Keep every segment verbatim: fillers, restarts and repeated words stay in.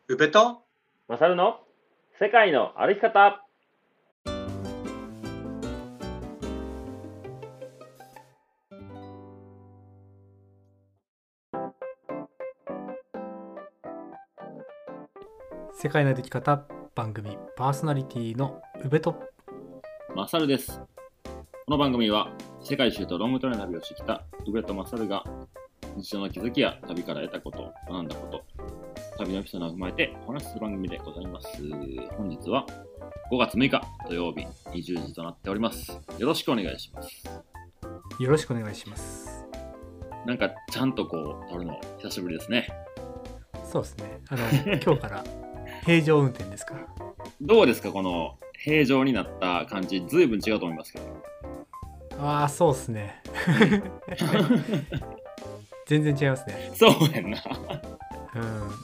宇部とマサルの世界の歩き方。 世界の歩き方番組パーソナリティの宇部とマサルです。この番組は世界一周とロングトレ旅をしてきた宇部とマサルが日常の気づきや旅から得たこと、学んだこと、旅のエピソードを踏まえてお話しする番組でございます。本日はごがつむいか土曜日にじゅうじとなっております。よろしくお願いします。 よろしくお願いします。 なんかちゃんとこう撮るの久しぶりですね。 そうですね。あの今日から平常運転ですから。 どうですか、この平常になった感じ、ずいぶん違うと思いますけど。 ああ、そうですね。全然違いますね。 そうやんな。 うん。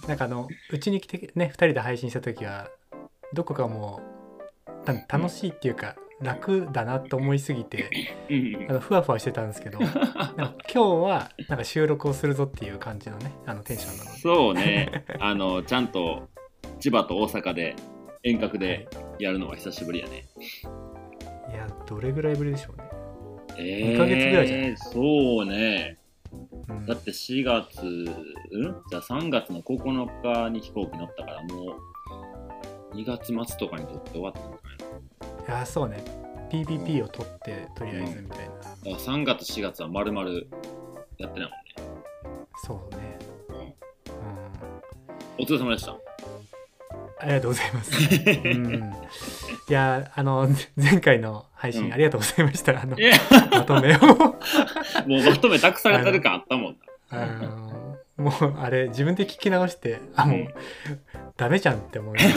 なんかあのうちに来てね、ふたりで配信した時はどこかもう楽しいっていうか楽だなと思いすぎて、あのふわふわしてたんですけど、なんか今日はなんか収録をするぞっていう感じのね、あのテンションなので。 そうね。あのちゃんと千葉と大阪で遠隔でやるのは久しぶりやね。 いや、どれぐらいぶりでしょうね。 えー、 にかげつぐらいじゃない？ そうね。 うん、 だってしがつ、んじゃあさんがつのここのかに飛行機乗ったからもうにがつまつとかに撮って終わったんじゃないの？ いや、そうね。ピーピーピー を取ってとりあえずみたいな。 だからさんがつしがつは丸々やってないもんね。 そうね。 うんうん、 お疲れ様でした。 ありがとうございます。うん、いや、あの前回の配信、 うん、 ありがとうございました。あのいやまとめをもうまとめ託されてる感あったもんな。 あのもうあれ自分で聞き直してあもう、うん、ダメじゃんって思いました。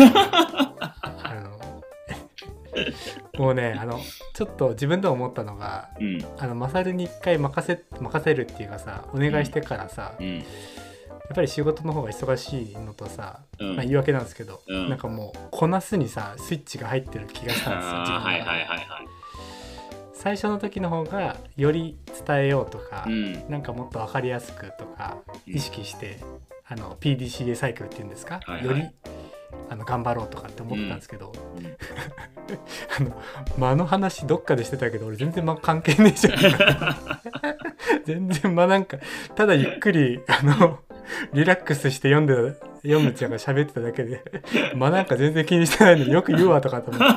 あのもうね、あのちょっと自分で思ったのが、うん、あのマサルに一回任せ任せるっていうかさ、お願いしてからさ、うんうん、やっぱり仕事の方が忙しいのとさ、うんまあ、言い訳なんですけど、うん、なんかもうこなすにさスイッチが入ってる気がしたんですよ。自分はいはいはいはい。 最初の時の方がより伝えようとか、うん、なんかもっと分かりやすくとか意識して、うん、あの ピーディーシーエー サイクルっていうんですか、はいはい、よりあの頑張ろうとかって思ってたんですけど、うん、あの間の話どっかでしてたけど俺全然間関係ねえじゃん。全然間なんかただゆっくりあのリラックスして読んで読むちゃんが喋ってただけで間なんか全然気にしてないのによく言うわとかと思って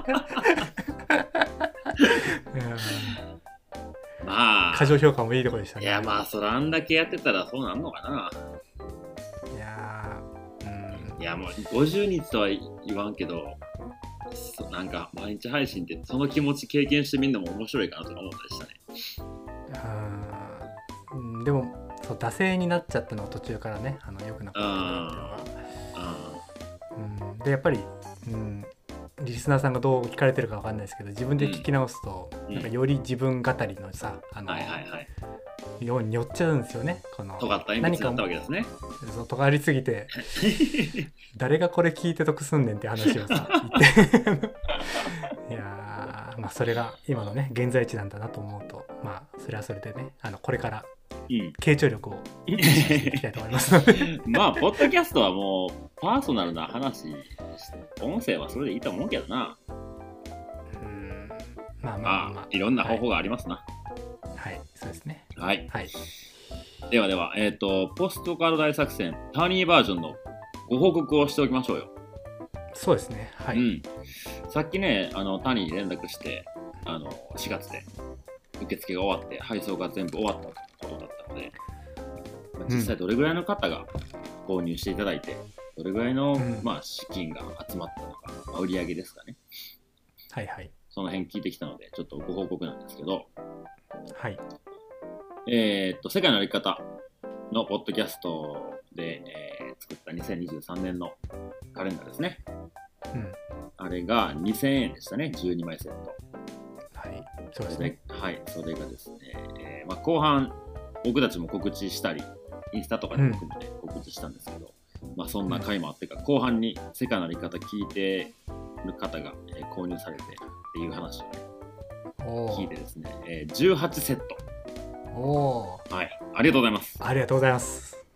まあ過剰評価もいいところでしたね。 いやまあそれあんだけやってたらそうなんのかな。 いやうんいやもうごじゅうにちとは言わんけど、なんか毎日配信ってその気持ち経験してみるのも面白いかなとか思ったりしたね。 うん、でもそう惰性になっちゃったのは途中からね、あの良くなかったなっていうのは、うん、でやっぱり、うん、リスナーさんがどう聞かれてるか分かんないですけど、自分で聞き直すと、うん、なんかより自分語りのさ、あの、はいはいはい、ように寄っちゃうんですよね。この尖った鉛筆だったわけですね。 そう尖りすぎて誰がこれ聞いて得すんねんって話をさ言っていやまあそれが今のね現在地なんだなと思うと、まあそれはそれでね、あのこれから傾聴力を意識していきたいと思いますのでまあポッドキャストはもうパーソナルな話、音声はそれでいいと思うけどな。 うーんまあまあまあ、 まあ、いろんな方法がありますな。 はい、はい、そうですね。 はい、 はい、 ではでは、えっとポストカード大作戦ターニーバージョンのご報告をしておきましょうよ。 そうですね。はい、うん、 さっきねあのタニーに連絡してあのしがつで受付が終わって配送が全部終わったことだったので、まあ、実際どれぐらいの方が購入していただいて、どれぐらいの、うんまあ、資金が集まったのか、まあ、売り上げですかね。 はいはい。 その辺聞いてきたのでちょっとご報告なんですけど、 はい。 えー、っと世界の歩き方のポッドキャストで、えー、作ったにせんにじゅうさんねんのカレンダーですね。うん、あれがにせんえんでしたね。じゅうにまいセット。 はい、そうですね。 はい、それがですね、えーまあ、後半僕たちも告知したりインスタとかでも含めて告知したんですけど、うんまあ、そんな回もあってか、後半に世界の歩き方聞いてる方が、えー、購入されてっていう話を、ね、聞いてですね、えー、じゅうはちセット。 おはい、ありがとうございます。 ありがとうございます。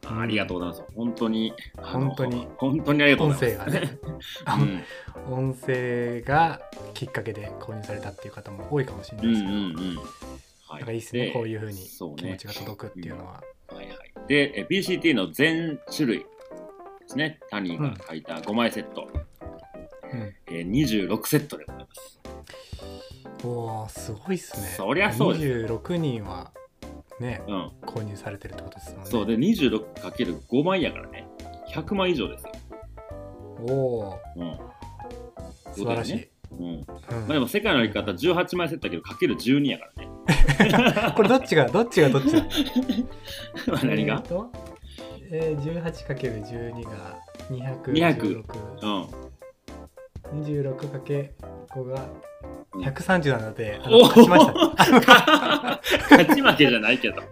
ありがとうございます。本当に、 本当に、 本当にありがとうございます。 音声がね、うん、音声がきっかけで購入されたっていう方も多いかもしれないですけど、うんうんうん、はい、だからいいですね、こういうふうに気持ちが届くっていうのは。 うん、はいはい。で、ピーシーティー の全種類ですね、タニーが書いたごまいセット、うんえー、にじゅうろくセットでございます。 おー、すごいっすね。 そりゃそうです。 にじゅうろくにんはね、うん、購入されてるってことですもんね。 そうで にじゅうろくかけるご 枚やからね、ひゃくまい以上ですよ。 おお、うん、素晴らしい。 うんうん、まあでも世界の歩き方じゅうはちまいセットだけどかけるじゅうにやからね。これどっちがどっちがどっちだ。 何が？ えー、じゅうはちかけるじゅうに がにひゃくじゅうろく。うん。にじゅうろくかけるご がひゃくさんじゅうなので、うん、勝ちました、ね。 勝ち負けじゃないけど。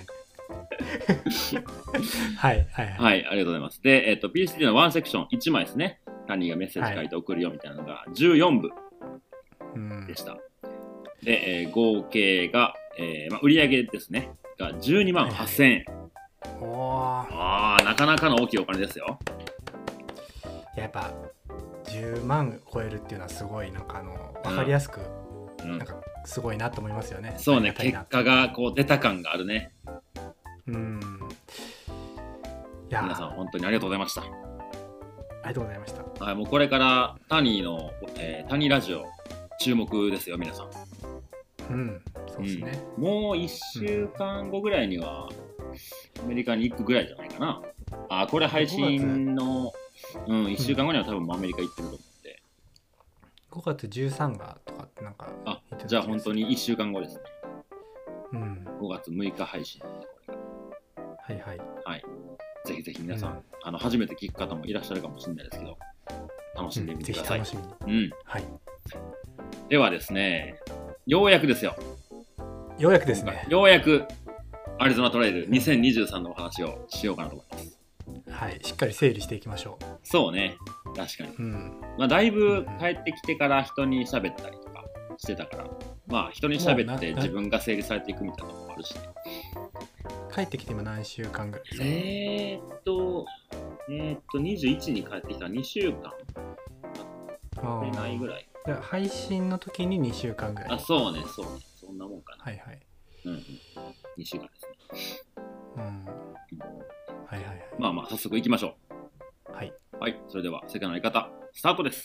はいはいはい。 はい、ありがとうございます。で、えっと、ピーシーティー のワンセクションいちまいですね。タニーがメッセージ書いて送るよみたいなのがじゅうよんぶでした。うん、で、えー、合計が、えーまあ、売上ですね。がじゅうにまんはっせんえん。 はいはい、 ああ、なかなかの大きいお金ですよ。 やっぱじゅうまん超えるっていうのはすごいなんかあの分かりやすく、うん、なんかすごいなと思いますよね。 そうね、結果がこう出た感があるね。 うん。 いや皆さん本当にありがとうございました。 ありがとうございました。 はい、もうこれからタニーの、えー、タニーラジオ注目ですよ皆さん。 うん、そうですね。 うん、もういっしゅうかんごぐらいにはアメリカに行くぐらいじゃないかな。あ、これ配信の、うん、いっしゅうかんごには多分アメリカ行ってると思って。 ごがつじゅうさんがとかってなんか。 あ、じゃあ本当にいっしゅうかんごですね。 うん。 ごがつむいか配信なんでこれが。 はいはい。 はい。ぜひぜひ皆さん、うん、あの初めて聞く方もいらっしゃるかもしれないですけど、楽しんでみてください。 うん、ぜひ楽しみに。うん。 はい。 ではですね、ようやくですよ。 ようやくですね。 ようやくアリゾナトレイルにせんにじゅうさんのお話をしようかなと思います。 はい、しっかり整理していきましょう。 そうね、確かに。うん、まあだいぶ帰ってきてから人に喋ったりとかしてたから、まあ人に喋って自分が整理されていくみたいなのもあるしね。 帰ってきて今何週間ぐらいですか？ えーっと、えーっとにじゅういちに帰ってきたらにしゅうかん経ってないぐらい。 配信の時ににしゅうかんぐらい。 あ、そうね、そうね、そんなもんかな。 はいはい。 うん、うん、にしゅうかんですね。 うん。はいはいはい。 まあまあ早速行きましょう。はい。 はい、それでは世界のやり方スタートです。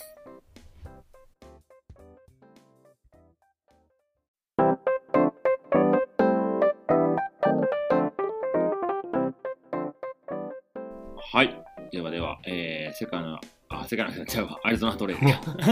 はい、ではでは、えー、世界のあ世界のちゃうわアリゾナトレイル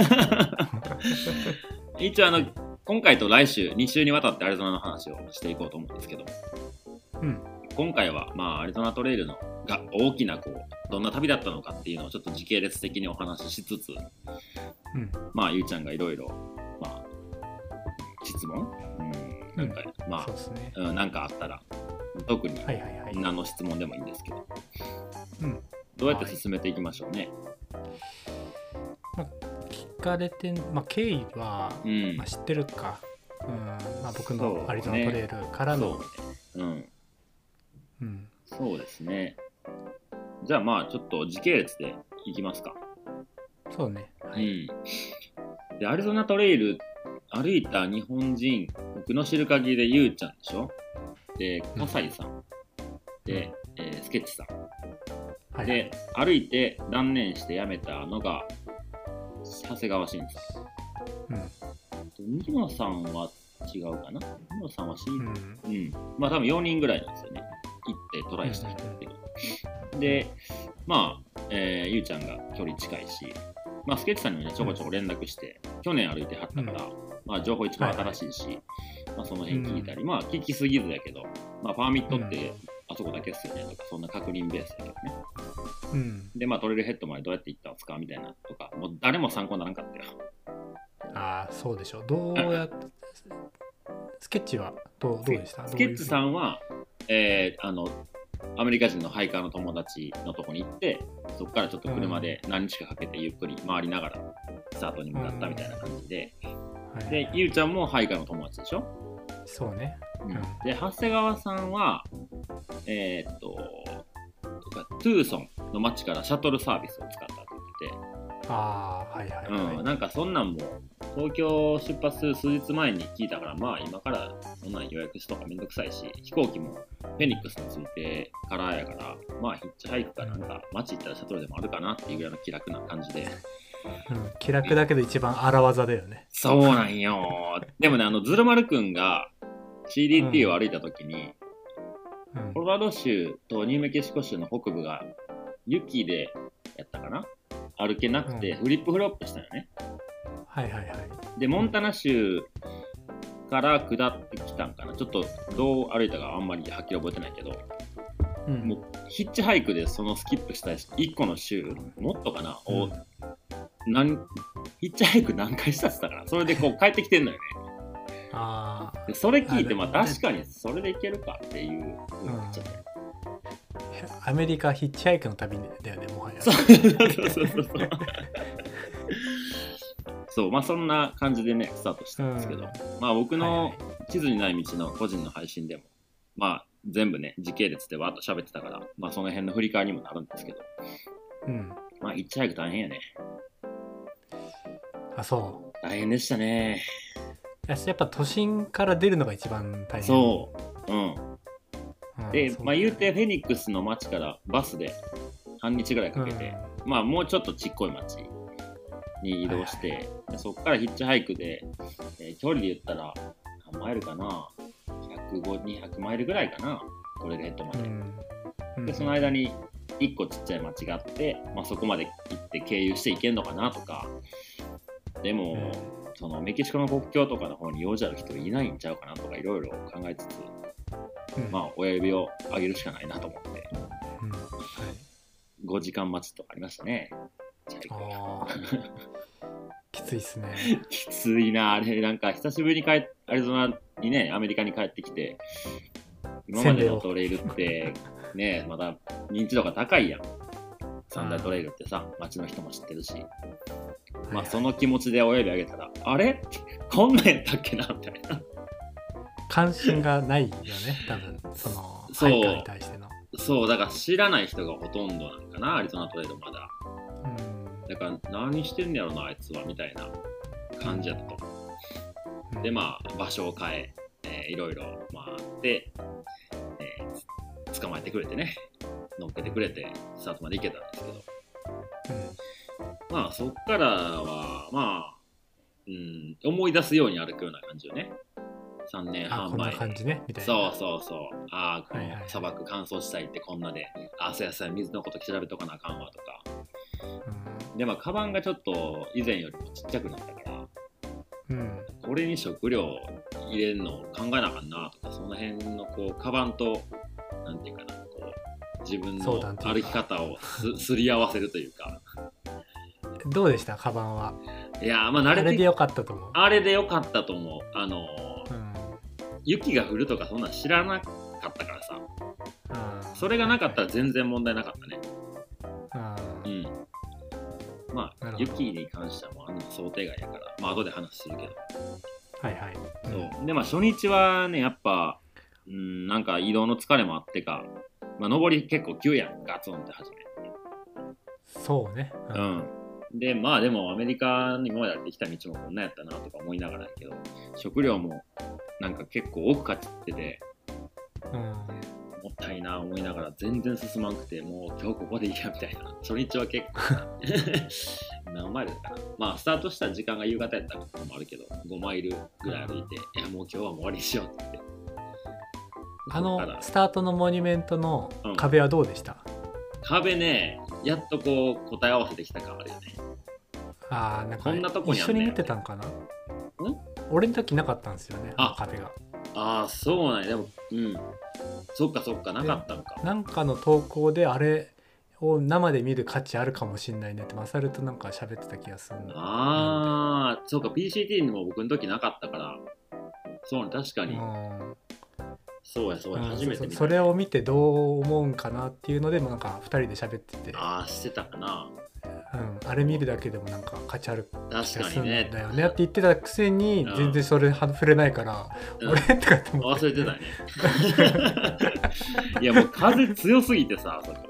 一応あの今回と来週に週にわたってアリゾナの話をしていこうと思うんですけど、 うん、 今回はまあアリゾナトレイルのが大きなこうどんな旅だったのかっていうのをちょっと時系列的にお話ししつつ、うん、まあゆうちゃんがいろいろまあ質問、うん、なんか、うん、まあそうですね、うん、なんかあったら特に何の質問でもいいんですけど、うん、どうやって進めていきましょうね。 まあ、聞かれて、まあ、経緯は、うんまあ、知ってるか、うんまあ、僕のアリゾナトレイルからのそう、ねうんうん、そうですね。じゃあまあちょっと時系列でいきますか。 そうね、 はいうん、でアリゾナトレイル歩いた日本人僕の知る限りでゆうちゃんでしょで笠井さん、うん、で、えー、スケッチさん、はい、で歩いて断念して辞めたのが長谷川慎さん、うん、ニノさんは違うかな。ニノさんは C、うんうん、まあ多分よにんぐらいなんですよね。行ってトライした人っていう、うん、でまあ、えー、ゆうちゃんが距離近いし、まあ、スケッチさんにもねちょこちょこ連絡して、うん、去年歩いてはったから、うんまあ、情報一番新しいし、はいはいまあ、その辺聞いたり、うん、まあ聞きすぎずやけど、まあ、パーミットってあそこだけっすよねとかそんな確認ベースやけどね、うん、でまあトレイルヘッドまでどうやって行ったんですかみたいなとかもう誰も参考にならんかったよ。 ああそうでしょう。どうやってスケッチはどうどうでした？ スケッチさんは、えー、あのアメリカ人のハイカーの友達のとこに行ってそこからちょっと車で何日かかけてゆっくり回りながらスタートに向かったみたいな感じで、うん、で、はい、ゆうちゃんもハイカーの友達でしょ。 そうね、 うん、で長谷川さんはえー、っとかトゥーソンの街からシャトルサービスを使ったって言ってて、 ああはいはいはい、 うん、なんかそんなんも東京出発する数日前に聞いたから、まあ今からそんなん予約しとかめんどくさいし、飛行機もフェニックスに着いてからやから、まあヒッチハイクかなんか街行ったらシャトルでもあるかなっていうぐらいの気楽な感じで、 うん、気楽だけど一番荒技だよね。 そうなんよ。でもね、あのズルマルくんが シーディーティー を歩いた時に、うん、コロラド州とニューメキシコ州の北部が雪でやったかな、歩けなくてフリップフロップしたよね、うん、 はいはいはい。 でモンタナ州から下ってきたんかな、ちょっとどう歩いたかあんまりはっきり覚えてないけど、うん、もうヒッチハイクでそのスキップしたいっこの州もっとかな、うん、をなんヒッチハイク何回したって言ったから、それでこう帰ってきてんのよね。あでそれ聞いて、まあ確かにそれでいけるかっていうふうになっちゃった、 うん、アメリカヒッチハイクの旅だよね、もはや。 そうそうそうそうそう、まあそんな感じでねスタートしたんですけど、うん、まあ僕の地図にない道の個人の配信でも、まあ全部ね時系列でわーっと喋ってたから、まあその辺の振り返りにもなるんですけど、うん、まあヒッチハイク大変やね。 あ、そう大変でしたね。 やっぱ都心から出るのが一番大変。 そう、うん、うん、で、まあ言うてフェニックスの街からバスで半日ぐらいかけて、うん、まあもうちょっとちっこい街に移動して、はいはい、そこからヒッチハイクで、えー、距離で言ったら何マイルかな、ひゃくごじゅう、にひゃくマイルぐらいかな、トレールヘッドまで、うん、でその間にいっこちっちゃい町があって、まあ、そこまで行って経由していけんのかなとか、でも、うん、そのメキシコの国境とかの方に用事ある人いないんちゃうかなとかいろいろ考えつつ、うん、まあ親指を上げるしかないなと思って、うんはい、ごじかん待ちとかありましたね。 あきついっすね。 きついなあれ。なんか久しぶりに帰っアリゾナにね、アメリカに帰ってきて、今までのトレイルってねまだ認知度が高いやん。三大トレイルってさ、街の人も知ってるし、まあその気持ちで親指上げたら、あれこんなんやったっけなみたいな。 関心がないよね、多分そのハイカーに対しての。 そうだから知らない人がほとんどなんかな、アリゾナトレイルまだ。だから何してんねやろなあいつはみたいな感じやったと、うん、でまあ場所を変え、えー、いろいろ回って、えー、捕まえてくれてね、乗っけてくれてスタートまで行けたんですけど、うん、まあそっからはまあ、うん、思い出すように歩くような感じよね。さんねんはん前に、 こんな感じねみたいな。そうそうそう、ああこの砂漠乾燥したいってこんなで、あそうやそうや水のこと調べとかなあかんわとか、うん、でまあカバンがちょっと以前よりもちっちゃくなったから、うん、これに食料入れるの考えなあかんなとか、その辺のこうカバンとなんていうかな、こう自分の歩き方を す, すり合わせるというか。 どうでしたカバンは。 いやまあ慣れて、 あれでよかったと思う。 あれでよかったと思う。あの、うん、雪が降るとかそんなん知らなかったからさ、うん、それがなかったら全然問題なかったね。うん、まあ雪に関してはもうあんな想定外やから、まあ後で話するけど、 はいはい、 そうでまあ初日はねやっぱ、うん、なんか移動の疲れもあってか、まあ上り結構急やん、ガツンって始め。 そうね、 うん、うんでまあでもアメリカに今までやってきた道もこんなやったなとか思いながらやけど、食料もなんか結構奥かちってて、うん、もったいな思いながら全然進まんくて、もう今日ここでいいやみたいな。初日は結構何マイルかな、まあスタートした時間が夕方やったのもあるけどごマイルぐらい歩いて、いやもう今日はもう終わりにしようって言って、 あのスタートのモニュメントの壁はどうでした？うん、 壁ね、やっとこう答え合わせてきた感あるよね。 ああ、なんかこんなとこにあんねん。一緒に見てたんかな。ん？俺の時なかったんですよね、あの壁が。 ああ、そうなんや。でも、うん。そっかそっか、なかったんか。 なんかの投稿であれを生で見る価値あるかもしんないねってマサルとなんか喋ってた気がするんだ。 ああ、そうか、ピーシーティー にも僕の時なかったから。そうね、確かに。そうやそうや、初めて見た。 それを見てどう思うんかなっていうのでもなんかふたりで喋ってて、 ああしてたかな、 うん、あれ見るだけでもなんか価値ある気がするんだよねって言ってたくせに全然それ触れないから、うん、俺とかって思って忘れてたねいやもう風強すぎてさ、そこ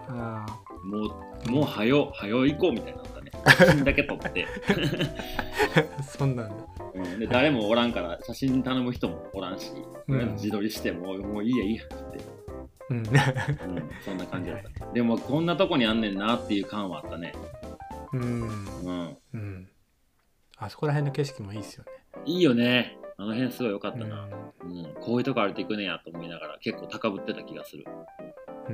もうもうはよはよ行こうみたいなのだね。写真だけ撮ってそんなんだ、 うん、で誰もおらんから写真頼む人もおらんし、うん、自撮りしてももういいやいいやって、うんうん、そんな感じだった、ね、でもこんなとこにあんねんなっていう感はあったね。 うんうんうん、あそこら辺の景色もいいですよね。 いいよね、あの辺すごい良かったな、うんうん、こういうとこ歩いていくねやと思いながら結構高ぶってた気がする、うん、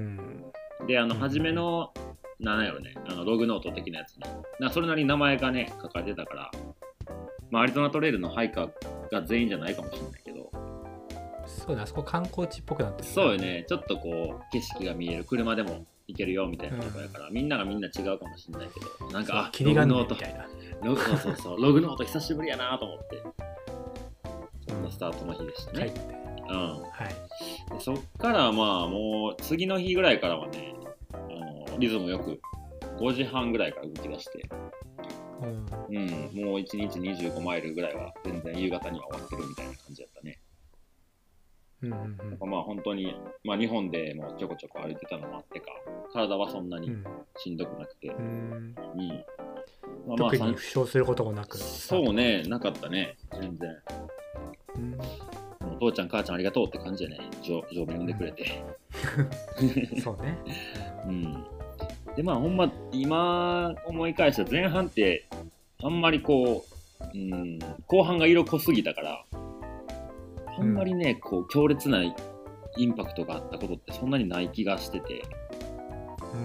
であの初めの、うん、なんやろね、あのログノート的なやつね、なそれなりに名前がね書かれてたから、まあ、アリゾナトレイルのハイカーが全員じゃないかもしれないけど、 そうね、あそこ観光地っぽくなってる、ね、 そうよね、ちょっとこう景色が見える、車でも行けるよみたいなとこやから、うん、みんながみんな違うかもしれないけど、なんかあログノートみたいな、 ログそうそうそうログノート久しぶりやなと思って、そんなスタートの日でしたね、はい、うん、はい、でそっからまあもう次の日ぐらいからはね、あのリズムよくごじはんぐらいから動き出して、うんうん、もういちにちにじゅうごマイルぐらいは全然夕方には終わってるみたいな感じだったね。うんうんうん、まあ本当に、まあ、日本でもちょこちょこ歩いてたのもあってか、体はそんなにしんどくなくて、うんうんまあ、特に負傷することもなく、 そうね、なかったね、全然、うん、お父ちゃん母ちゃんありがとうって感じでね、丈夫に産んでくれて、 うん、そうね、 うん、でまあほんま今思い返した前半ってあんまりこう、うん、後半が色濃すぎたからあんまりね、こう強烈なインパクトがあったことってそんなにない気がしてて、うん、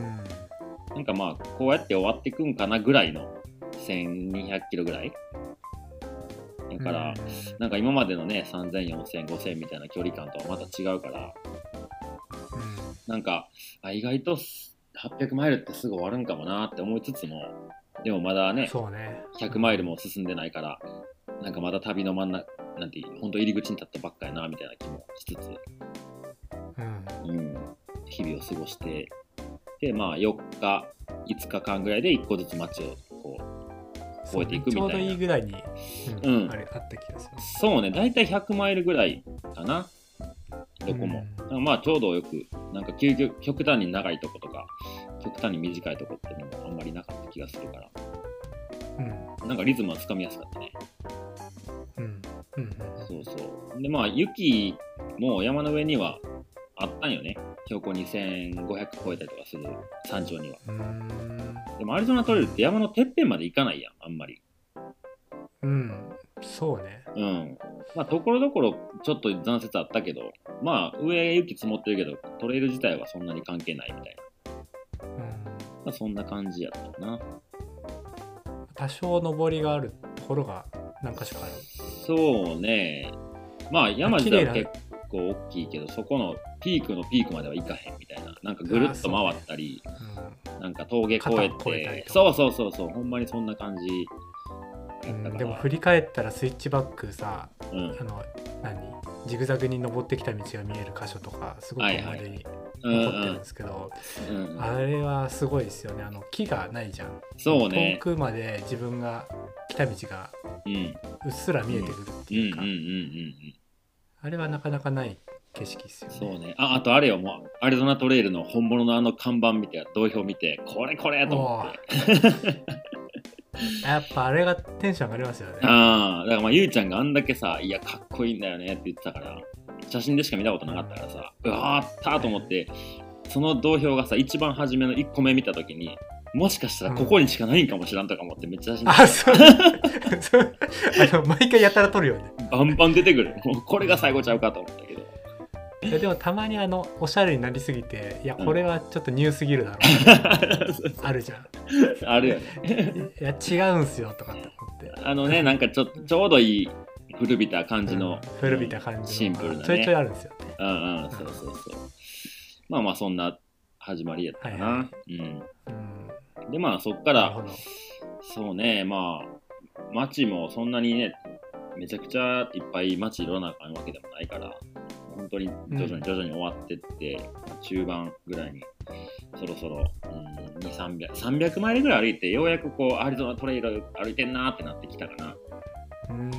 なんかまあこうやって終わっていくんかなぐらいのせんにひゃくキロぐらいだから、うん、なんか今までのねさんぜん、よんせん、ごせんみたいな距離感とはまた違うから、うん、なんかあ意外とはっぴゃくマイルってすぐ終わるんかもなって思いつつも、でもまだね、 そうね、 ひゃくマイルも進んでないから、なんかまだ旅の真ん中なんて本当入り口に立ったばっかやなみたいな気もしつつ、うんうん、日々を過ごしてで、まあよっかいつかかんぐらいでいっこずつ街をこう越えていくみたいな、ちょうどいいぐらいに、うんうん、あれあった気がする。 そうね、だいたいひゃくマイルぐらいかな、どこも、うん、まあちょうどよくなんか究極極端に長いとことか極端に短いとこっていうのもあんまりなかった気がするから、うん、なんかリズムはつかみやすかったね。うんうんうん、そうそうでまあ雪も山の上にはあったんよね、標高にせんごひゃく超えたりとかする山頂には。うーんでもアリゾナトレイルって山のてっぺんまで行かないやん、あんまり。 うんそうね、 うんまあところどころちょっと残雪あったけど、まあ上雪積もってるけどトレイル自体はそんなに関係ないみたいな、うんまあ、そんな感じやったかな。 多少登りがあるところが何か所かある。 そうね、まあ山自体は結構大きいけど、そこのピークのピークまでは行かへんみたいな、なんかぐるっと回ったり、ねうん、なんか峠越えて、そうそうそうそう、ほんまにそんな感じやったから、うん、でも振り返ったらスイッチバックさ、うん、あの何ジグザグに登ってきた道が見える箇所とかすごく思い出に残ってるんですけど、うんうん、あれはすごいですよね。あの木がないじゃん。そうね、遠くまで自分が来た道がうっすら見えてくるっていうか、あれはなかなかない景色ですよね。 そうね、あ、あとあれよ、もうアリゾナトレイルの本物のあの看板見て、道標見て、これこれと思ってやっぱあれがテンション上がりますよね。 ああ、だからまあゆうちゃんがあんだけさ、いやかっこいいんだよねって言ってたから、写真でしか見たことなかったからさ、うわーったーと思って、その道標がさ一番初めのいっこめ見たときに、もしかしたらここにしかないんかもしらんとか思ってめっちゃ写真撮った、 うん、あそうあの毎回やたら撮るよね。 バンバン出てくる。もうこれが最後ちゃうかと思ったけど。 いやでもたまにあのおしゃれになりすぎて、いやこれはちょっとニューすぎるだろう、うん、あるじゃん。 あるよね。 いや違うんすよとかって思って。 あのね、なんかちょちょうどいい古びた感じの、うん、 古びた感じのシンプルなね。 ちょいちょいあるんですよね。 うんうん、そうそうそう。まあまあそんな始まりやったかな。はいはい、うん。うん、でまあそっからそうね、まあ街もそんなにねめちゃくちゃいっぱい街いろんなあかんわけでもないから。本当に徐々に徐々に終わってって、うん、中盤ぐらいにそろそろ、うん、にひゃく、さんびゃく、さんびゃくマイルぐらい歩いてようやくこうアリゾナトレイル歩いてんなーってなってきたかな。うん、うん、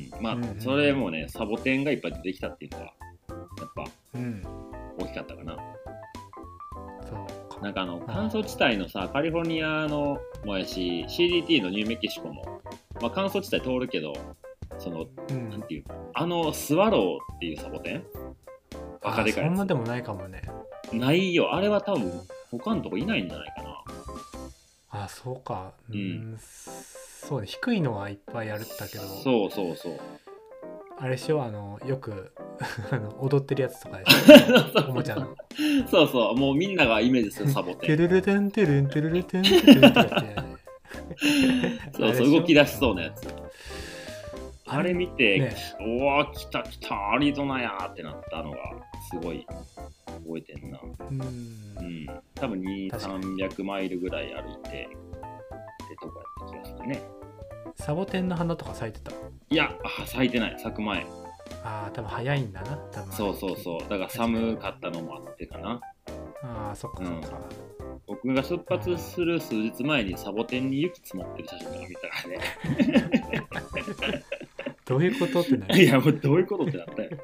まあ、うん、それもねサボテンがいっぱい出てきたっていうのはやっぱ、うん、大きかったかな。 そうなんかあの乾燥地帯のさカリフォルニアのもやし シーディーティー のニューメキシコも、まあ、乾燥地帯通るけどその、うん、なんていうあのスワローっていうサボテンバカでかいやつ。 そんなでもないかもね。 ないよ、あれは多分他のとこいないんじゃないかな。 あ、そうか。うん、うん、そうね、低いのはいっぱいあるったけど。 そうそうそう。 あれしよう、あのよく踊ってるやつとかでしょおもちゃの。 そうそう、もうみんながイメージするサボテン。 テルルテンテルンテルルテンテルンってやってそうそう、動き出しそうなやつ。あれ見て、ね、おわ来た来たアリゾナやーってなったのがすごい覚えてんな。うん、うん、多分にひゃく、さんびゃくマイルぐらい歩いてってとこやった気がするね。 サボテンの花とか咲いてた？ いや、咲いてない、咲く前。 ああ、多分早いんだな、多分。 そうそうそう、だから寒かったのもあってかな。 ああ、そっかそっか、 うん、僕が出発する数日前にサボテンに雪積もってる写真とか見たからね。 どういうことってなる？ いや、もうどういうことってなったよ。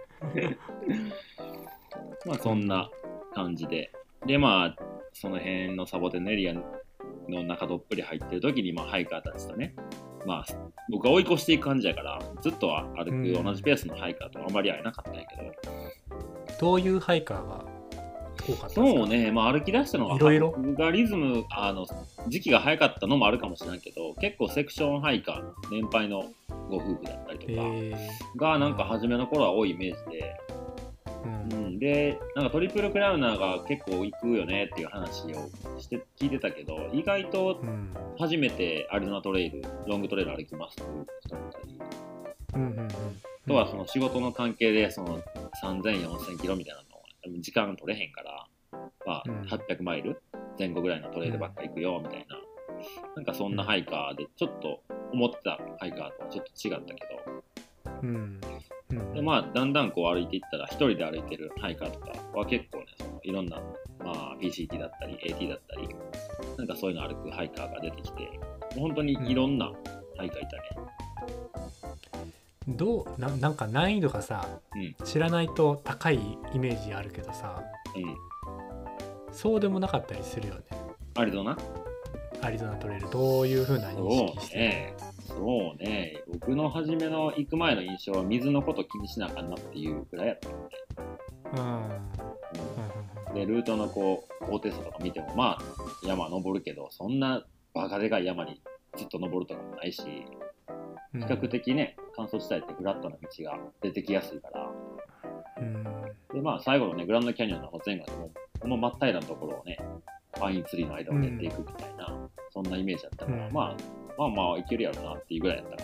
まあそんな感じで、でまあその辺のサボテンのエリアの中どっぷり入ってる時に、まあハイカーたちとね、まあ僕は追い越していく感じやからずっと歩く同じペースのハイカーとあまり会えなかったんやけど、 うん、どういうハイカーが多かったんですか？ そうね、まあ歩き出したのは、 いろいろ僕がリズムあの時期が早かったのもあるかもしれないけど、結構セクションハイカーの年配のご夫婦だったりとかがなんか初めの頃は多いイメージで、うんうん、でなんかトリプルクラウナーが結構行くよねっていう話をして聞いてたけど、意外と初めてアリゾナトレイル、ロングトレイル歩きますという人もいたり、うんうんうん、あとはその仕事の関係でそのさんぜん、よんせんキロみたいなの時間取れへんから、まあ、はっぴゃくマイル前後ぐらいのトレイルばっか行くよみたいな、なんかそんなハイカーでちょっと思ってたハイカーとはちょっと違ったけど、うんうん、でまあだんだんこう歩いていったら一人で歩いてるハイカーとかは結構ね、そのいろんな、まあ、ピーシーティー だったり エーティー だったりなんかそういうの歩くハイカーが出てきて、本当にいろんなハイカーいたね。 どう な, なんか難易度がさ、うん、知らないと高いイメージあるけどさ、うん、そうでもなかったりするよね。 アリゾナアリゾナトレイルどういう風な認識してる？ そうね、僕の初めの行く前の印象は水のこと気にしなあかんなっていうくらいやったよね。うんうん、でルートのこう高低差とか見てもまあ山登るけどそんなバカでかい山にずっと登るとかもないし、比較的ね、乾燥地帯ってフラットな道が出てきやすいから、うん、でまあ最後のねグランドキャニオンの前後でもこの真っ平らなところをねパインツリーの間を出ていくみたいな、うん、そんなイメージだったから、うん、まあまあまあいけるやろなっていうぐらいだったから、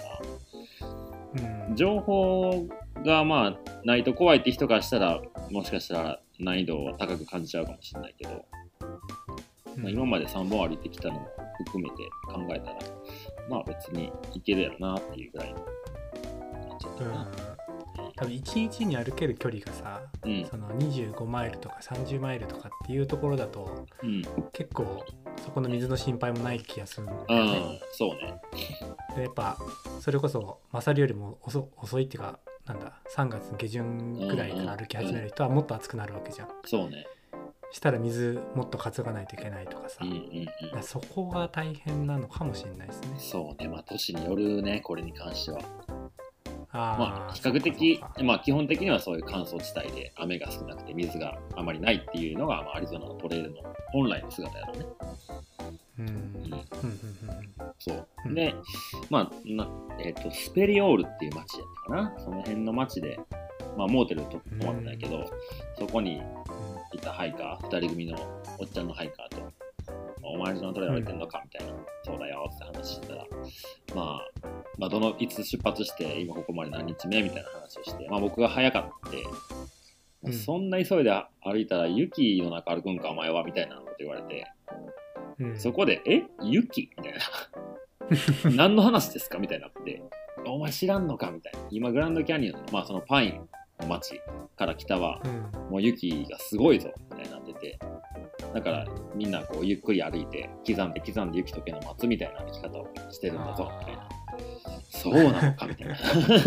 うん、情報がまあないと怖いって人からしたらもしかしたら難易度は高く感じちゃうかもしれないけど、うんまあ、今までさんぼん歩いてきたのも含めて考えたらまあ別にいけるやろなっていうぐらいの感じだったな、うん、 多分いちにちに歩ける距離がさ、うん、そのにじゅうごマイルとかさんじゅうマイルとかっていうところだと、うん、結構そこの水の心配もない気がするんだよね、 うん、そうね。 でやっぱそれこそマサルよりも 遅, 遅いっていうかなんださんがつ下旬くらいから歩き始める人はもっと暑くなるわけじゃん、うんうん、 そうね。 したら水もっと担がないといけないとかさ、うんうんうん、だそこが大変なのかもしれないですね。 そうね、まあ都市によるねこれに関しては。あまあ比較的まあ基本的にはそういう乾燥地帯で雨が少なくて水があまりないっていうのが、まあ、アリゾナのトレイルの本来の姿やろうね。うん、うん、そう、うん、でまあな、えーと、スペリオールっていう町やったかな、その辺の町で、まあ、モーテルと泊まってないけど、うん、そこにいたハイカーふたり組のおっちゃんのハイカーとお前のトレイル歩いてんのかみたいな、うん、そうだよって話してたら、まあ、まあどのいつ出発して今ここまで何日目みたいな話をして、まあ、僕が早かって、うん、そんな急いで歩いたら雪の中歩くんかお前はみたいなこと言われて、うん、そこでえ雪みたいな何の話ですかみたいになってお前知らんのかみたいな、今グランドキャニオンの、まあ、そのパインの町から北は、うん、もう雪がすごいぞみたいになってて、だからみんなこうゆっくり歩いて刻んで刻んで雪解けの待つみたいな歩き方をしてるんだぞみたいな、そうなのかみたいな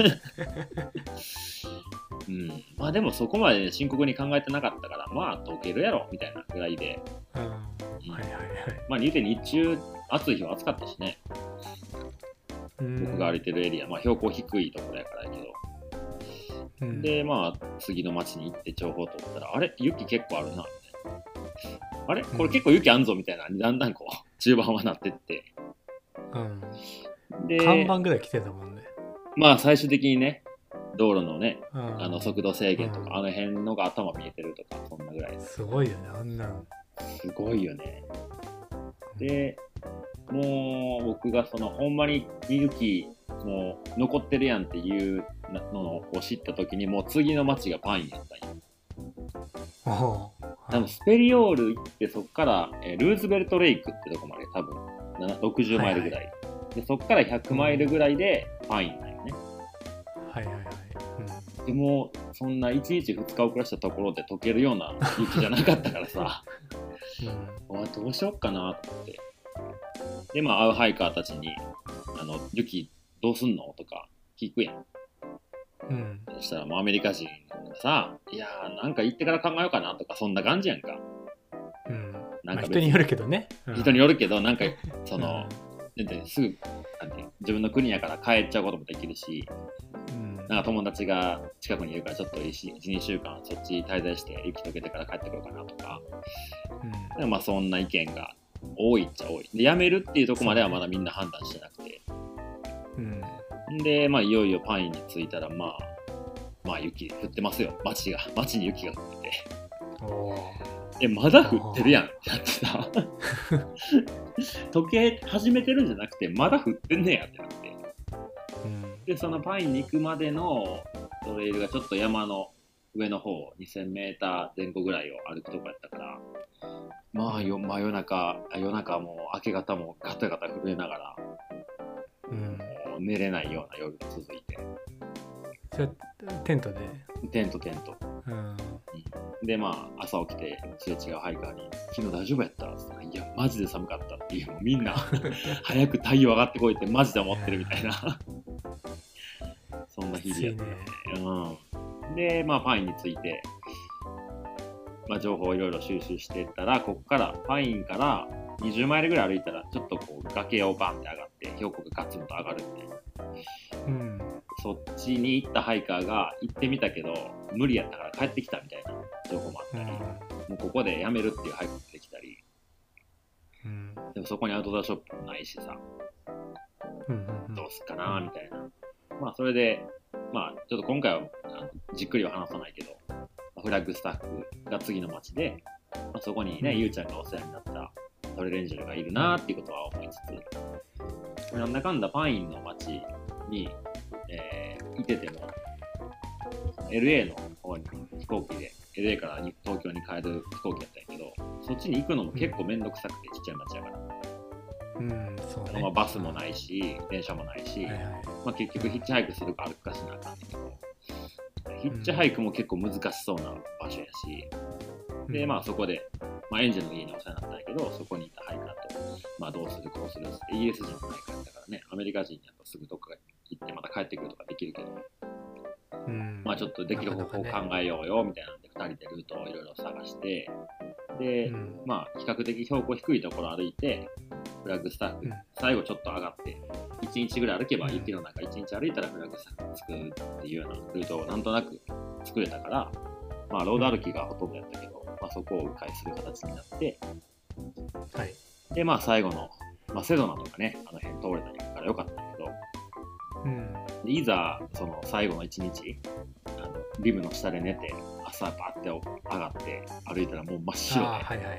うん、まあでもそこまで深刻に考えてなかったからまあ解けるやろみたいなぐらいで、うんうはいはいはい。 まあ言うて日中暑い日は暑かったしね。 うん僕が歩いてるエリア、まあ標高低いところやからやけど、うん、でまあ次の町に行って情報を取ったら、あれ雪結構あるなみたいな、あれこれ結構雪あんぞみたいな、だんだんこう中盤はなってって、 うん、で看板ぐらい来てたもんね。 まあ最終的にね、道路のね、 うん、 あの速度制限とか、うん、あの辺のが頭見えてるとか、そんなぐらい。 すごいよね、あんなの。 すごいよね。でもう僕がそのほんまに雪もう残ってるやんっていうのを知った時に、もう次の町がパインやったんよ。多分スペリオール行って、そっから、えー、ルーズベルトレイクってとこまで多分ろくじゅうマイルぐらい、はいはい、でそっからひゃくマイルぐらいでパインなんよね。 はいはいはい、 うん、でもそんないちにちふつか遅らしたところで溶けるような雪じゃなかったからさ、うん、どうしよっかなと思って、でまあ会うハイカーたちにあの雪どうすんのとか聞くやん。うん、そしたらもうアメリカ人がさ、いやーなんか行ってから考えようかなとか、そんな感じやんか。 うん、なんか、まあ、人によるけどね、 うん、人によるけど、なんかその、うん、すぐなんて自分の国やから帰っちゃうこともできるし、うん、なんか友達が近くにいるからちょっといち、にしゅうかんそっち滞在して雪解けてから帰ってこようかなとか、うん、まあそんな意見が多いっちゃ多い。で辞めるっていうところまではまだみんな判断してなくて、うん、でまあいよいよパインに着いたら、まあまあ雪降ってますよ。街が街に雪が降ってて、おえまだ降ってるやんってなってさ時計始めてるんじゃなくてまだ降ってんねやってなって、うん、でそのパインに行くまでのトレイルがちょっと山の上の方にせんメーター前後ぐらいを歩くとこやったから、まあよ真夜中夜中も明け方もガタガタ震えながら、うん、もう寝れないような夜が続いて、 それテントでテントテント、うん、でまあ朝起きてすれ違うハイカーに昨日大丈夫やったって言ったら、いやマジで寒かったっていう、みんな早く太陽上がってこいってマジで思ってるみたいなそんな日々やったね、うん、でまあパインについて、まあ、情報をいろいろ収集していったら、ここからパインからにじゅうマイルぐらい歩いたらちょっとこう崖をバンって上がって標高がガツンと上がるみたいな、うん、そっちに行ったハイカーが行ってみたけど無理やったから帰ってきたみたいな情報もあったり、うん、もうここでやめるっていうハイカーができたり、うん、でもそこにアウトドアショップもないしさ、うんうんうん、どうすっかなみたいな、まあそれでまあちょっと今回はじっくりは話さないけど、フラッグスタッフが次の町で、まあ、そこにね、うん、ゆうちゃんがお世話になったトレレンジェルがいるなっていうことは思いつつ、なんだかんだパインの町に、えー、いてても エルエー の方に飛行機で エルエー から東京に帰る飛行機やったんやけど、そっちに行くのも結構めんどくさくて、ちっちゃい町やから、うんそうね、まあ、バスもないし電車もないし、はいはい、まあ、結局ヒッチハイクするか歩くかしなあかんねんけど、ヒッチハイクも結構難しそうな場所やし、うん、でまあそこで、まあ、エンジェルの家にお世話になったんやけど、そこにいたハイカーと、まあ、どうするこうするって、イギリス人のハイカーだからね、アメリカ人やとすぐどっか行ってまた帰ってくるとかできるけど、うん、まあちょっとできる方法を考えようよみたいなんでふたりでルートをいろいろ探して、で、うん、まあ比較的標高低いところ歩いて、フラッグスタッフ、うん、最後ちょっと上がっていちにちぐらい歩けば、雪の中いちにち歩いたらフラッグスタッフ作るっていうようなルートをなんとなく作れたから、まあロード歩きがほとんどやったけど、まあ、そこを迂回する形になって、はい、でまあ最後の、まあ、セドナとかね、あの辺通れたからよかったんだけど、うん、でいざその最後のいちにちあのリムの下で寝て朝バーって上がって歩いたらもう真っ白で、はいはい、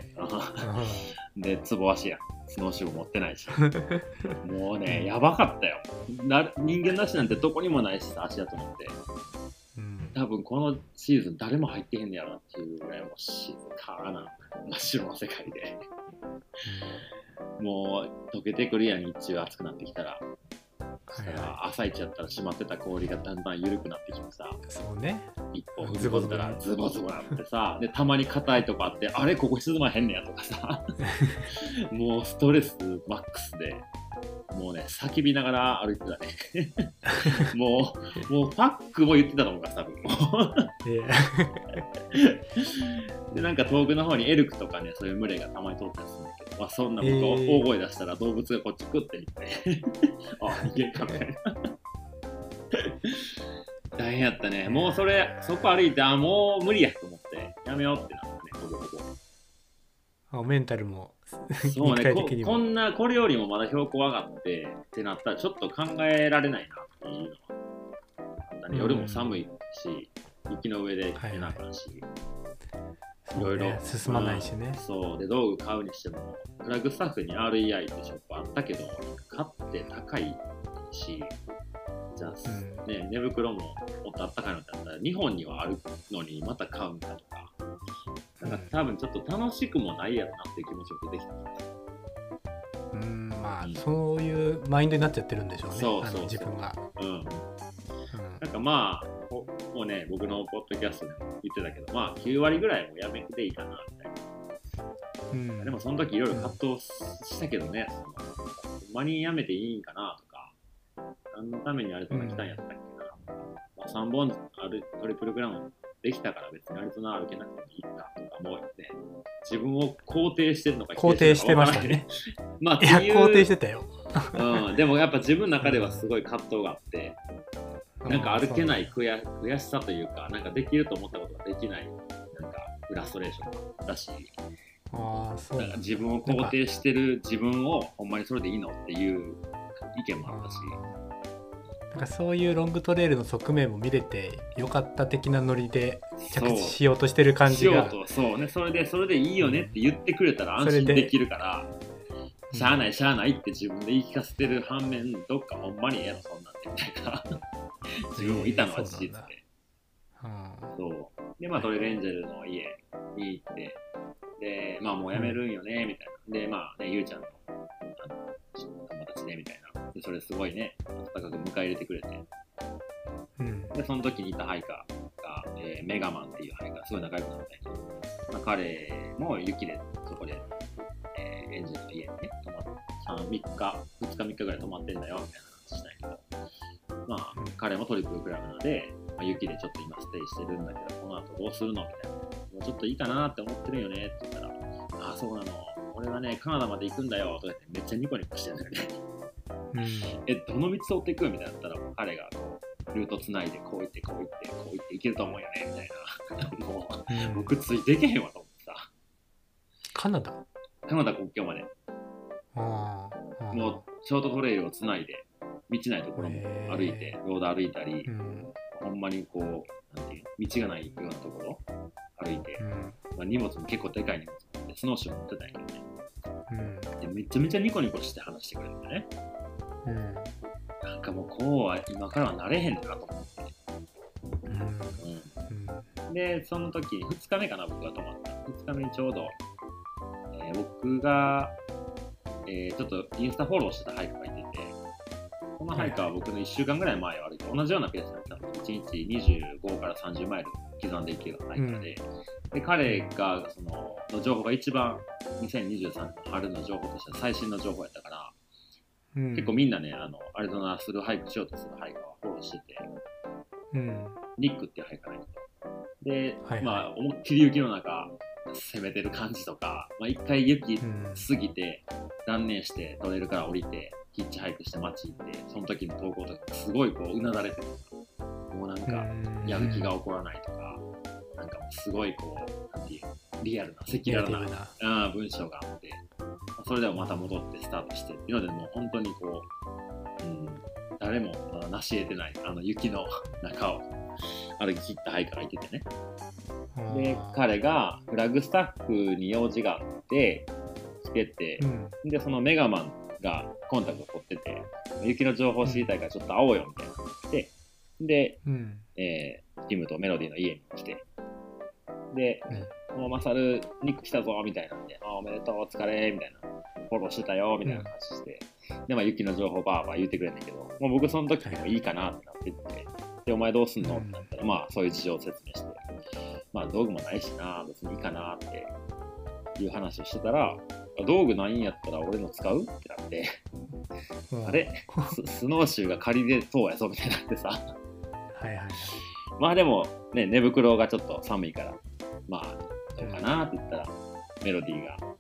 でつぼ足やん、スノーシューも持ってないしもうねやばかったよな、人間なしなんてどこにもないしさ、足跡なんて、うん、多分このシーズン誰も入ってへんねやろっていうぐらいもう静かな真っ白な世界で、うん、もう溶けてくるやん、日中暑くなってきたら、はいはい、朝一やったら閉まってた氷がだんだん緩くなってきてさ、 そうね、 一歩踏み込んだらズボズボなってさ、でたまに硬いとこあって、あれここ沈まへんねやとかさもうストレスマックスで、もうね叫びながら歩いてたねもうもうパックも言ってたと思うから多分でなんか遠くの方にエルクとかね、そういう群れがたまに通ったりするんだけまあ、そんな僕が大声出したら動物がこっち来ってみてあ、逃げんかみたいな大変やったね。もうそれそこ歩いて、あ、もう無理やと思ってやめようってなったね、ほぼほぼ。 あ、メンタルもそうね、こ, こんなこれよりもまだ標高上がってってなったらちょっと考えられないなっていうのはあったね。夜も寒いし、雪の上で行けなあかんし、いろいろ進まないしね、 うん、そうで道具買うにしてもフラッグスタッフに アールイーアイ ってショップあったけど買って高いし、じゃあ、うんね、寝袋ももっとあったかいのってあったら日本にはあるのにまた買うんだとか、なんか多分ちょっと楽しくもないやろなっていう気持ちが出てきた。 うん、まあ、うん、そういうマインドになっちゃってるんでしょうね。 そうそうそう、 自分が。 うん。うん、なんかまあもうね、僕のポッドキャストでも言ってたけど、まあきゅうわりぐらいもやめていいかなみたいな。うん、でもその時いろいろ葛藤したけどね、そのほんまにやめていいんかなとか、何のためにアリゾナ来たんやったっけな、うんまあ、さんぼんあるトリプルグラムできたから別にアリゾナ歩けなくてもいいかとか思って、自分を肯定してるのか肯定してましたね。 まあ、 いや肯定してたよ、 うん、でもやっぱ自分の中ではすごい葛藤があって、なんか歩けない悔や悔しさというか、なんかできると思ったことができないなんかフラストレーションだし、 あそうなんか自分を肯定してる自分をほんまにそれでいいのっていう意見もあったし、 なんかそういうロングトレイルの側面も見れてよかった的なノリで着地しようとしてる感じが、 そうそうね、それでそれでいいよねって言ってくれたら安心できるから、うん、しゃあないしゃあないって自分で言い聞かせてる反面、どっかほんまにええのそんなんてみたいな自分もいたのは事実で、えー、そう、うん、そうでまあトレレンジェルの家に行って、でまあもうやめるんよねみたいな、でまあねゆうちゃんの友達ねみたいな、でそれすごいね温かく迎え入れてくれて、うん、でその時にいたハイカーが、えー、メガマンっていうハイカーすごい仲良くなって、まあ、彼も雪でそこで、えー、エンジンの家にね泊まってみっかふつかみっかぐらい泊まってんだよみたいな話したんやけど、まあ、うん、彼もトリプルクラブなので、まあ、雪でちょっと今ステイしてるんだけどこの後どうするのみたいな、もうちょっといいかなって思ってるよねって言ったら、ああそうなの、俺はねカナダまで行くんだよとか言ってめっちゃニコニコしてるんだよねうん、えどの道通っていくみたいなったら、彼がこうルートつないでこう行ってこう行ってこう行って行けると思うよねみたいなもう、うん、僕ついていけへんわと思ってさ。 カナダカナダ国境までああもうショートトレイルをつないで道ないところも歩いてロード歩いたり、うん、ほんまにこうなんていう道がないようなところ歩いて、うんまあ、荷物も結構でかい荷物持ってスノーシュー持ってたんやけどね、うん、でめちゃめちゃニコニコして話してくれるんだよね、うん、なんかもうこうは今からはなれへんのかと思って、うんうん、でその時ふつかめかな、僕が泊まったふつかめにちょうど、えー、僕が、えー、ちょっとインスタフォローしてたハイカーがいてて、このハイカーは僕のいっしゅうかんぐらい前を歩いて同じようなペースだったのでいちにちにじゅうごからさんじゅうマイル刻んでいけるハイカーで、うん、で彼がそのの情報が一番にせんにじゅうさんねんの春の情報としては最新の情報やったから、うん、結構みんなねあのアリゾナするハイクしようとするハイカーはフォローしてて、うん、ニックっていうハイカーがいるとで、はいはい、まあ思いっきり雪の中攻めてる感じとか、まあ、一回雪過ぎて断念してトレイルから降りてヒッチハイクして街行って、その時の投稿とかすごいこううなだれてる、もうなんかやる気が起こらないとか、なんかもうすごいこうなんていうリアルな赤裸々な、な文章があって、それでもまた戻ってスタートしてっていうので、もう本当にこう、うん、誰もまだ成し得てないあの雪の中を歩き切ったハイカーがいててね。で彼がフラッグスタッフに用事があって来てて、うん、でそのメガマンがコンタクト取ってて、雪の情報知りたいからちょっと会おうよみたいなので、で、うんえー、ティムとメロディの家に来て、で、うん、もうマサルニック来たぞみたいなんで、あおめでとうお疲れみたいな、フォローしてたよみたいな話して、うん、でまあ雪の情報バーバー言ってくれんだけど、もう僕その時にもいいかなってなってって、でお前どうすんのってなったら、まあそういう事情を説明して、まあ道具もないしな、別にいいかなっていう話をしてたら、道具ないんやったら俺の使うってなって、うん、あれス, スノーシューが仮でそうやぞみたいになってさはいはい、はい、まあでもね寝袋がちょっと寒いからまあどうかなって言ったら、うん、メロディーが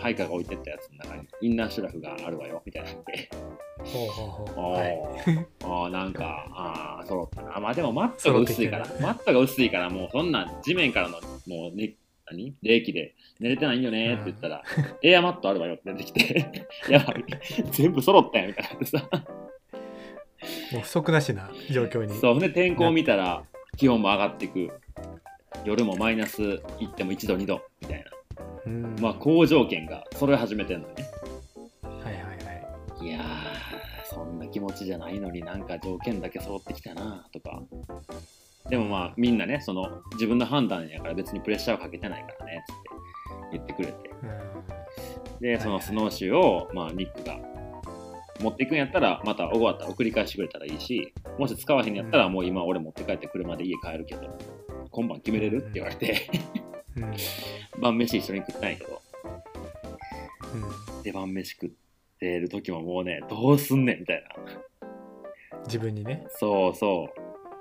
ハイカーが置いてったやつの中にインナーシュラフがあるわよみたいなってほうほうほう、 おはい、 あなんかあ揃ったな。まあでもマットが薄いからマットが薄いからもうそんな地面からのもう、ね、何冷気で寝れてないんよねって言ったら、うん、エアマットあるわよって出てきてやばい全部揃ったやんみたいなさもう不足なしな状況に。 そうで天候見たら気温も上がっていく、夜もマイナスいってもいちどにどみたいな、うん、まあ好条件がそれ始めてんのね。 はいはいはい。 いやーそんな気持ちじゃないのになんか条件だけ揃ってきたなとか。でもまあみんなねその自分の判断やから別にプレッシャーをかけてないからねって言ってくれて、うん、でそのスノーシューをまあニックが持っていくんやったらまた終わったら送り返してくれたらいいし、もし使わへんやったらもう今俺持って帰って車で家帰るけど今晩決めれるって言われて、うん、晩飯一緒に食ったんやけど、うん、で晩飯食ってる時ももうねどうすんねんみたいな自分にね。 そうそう、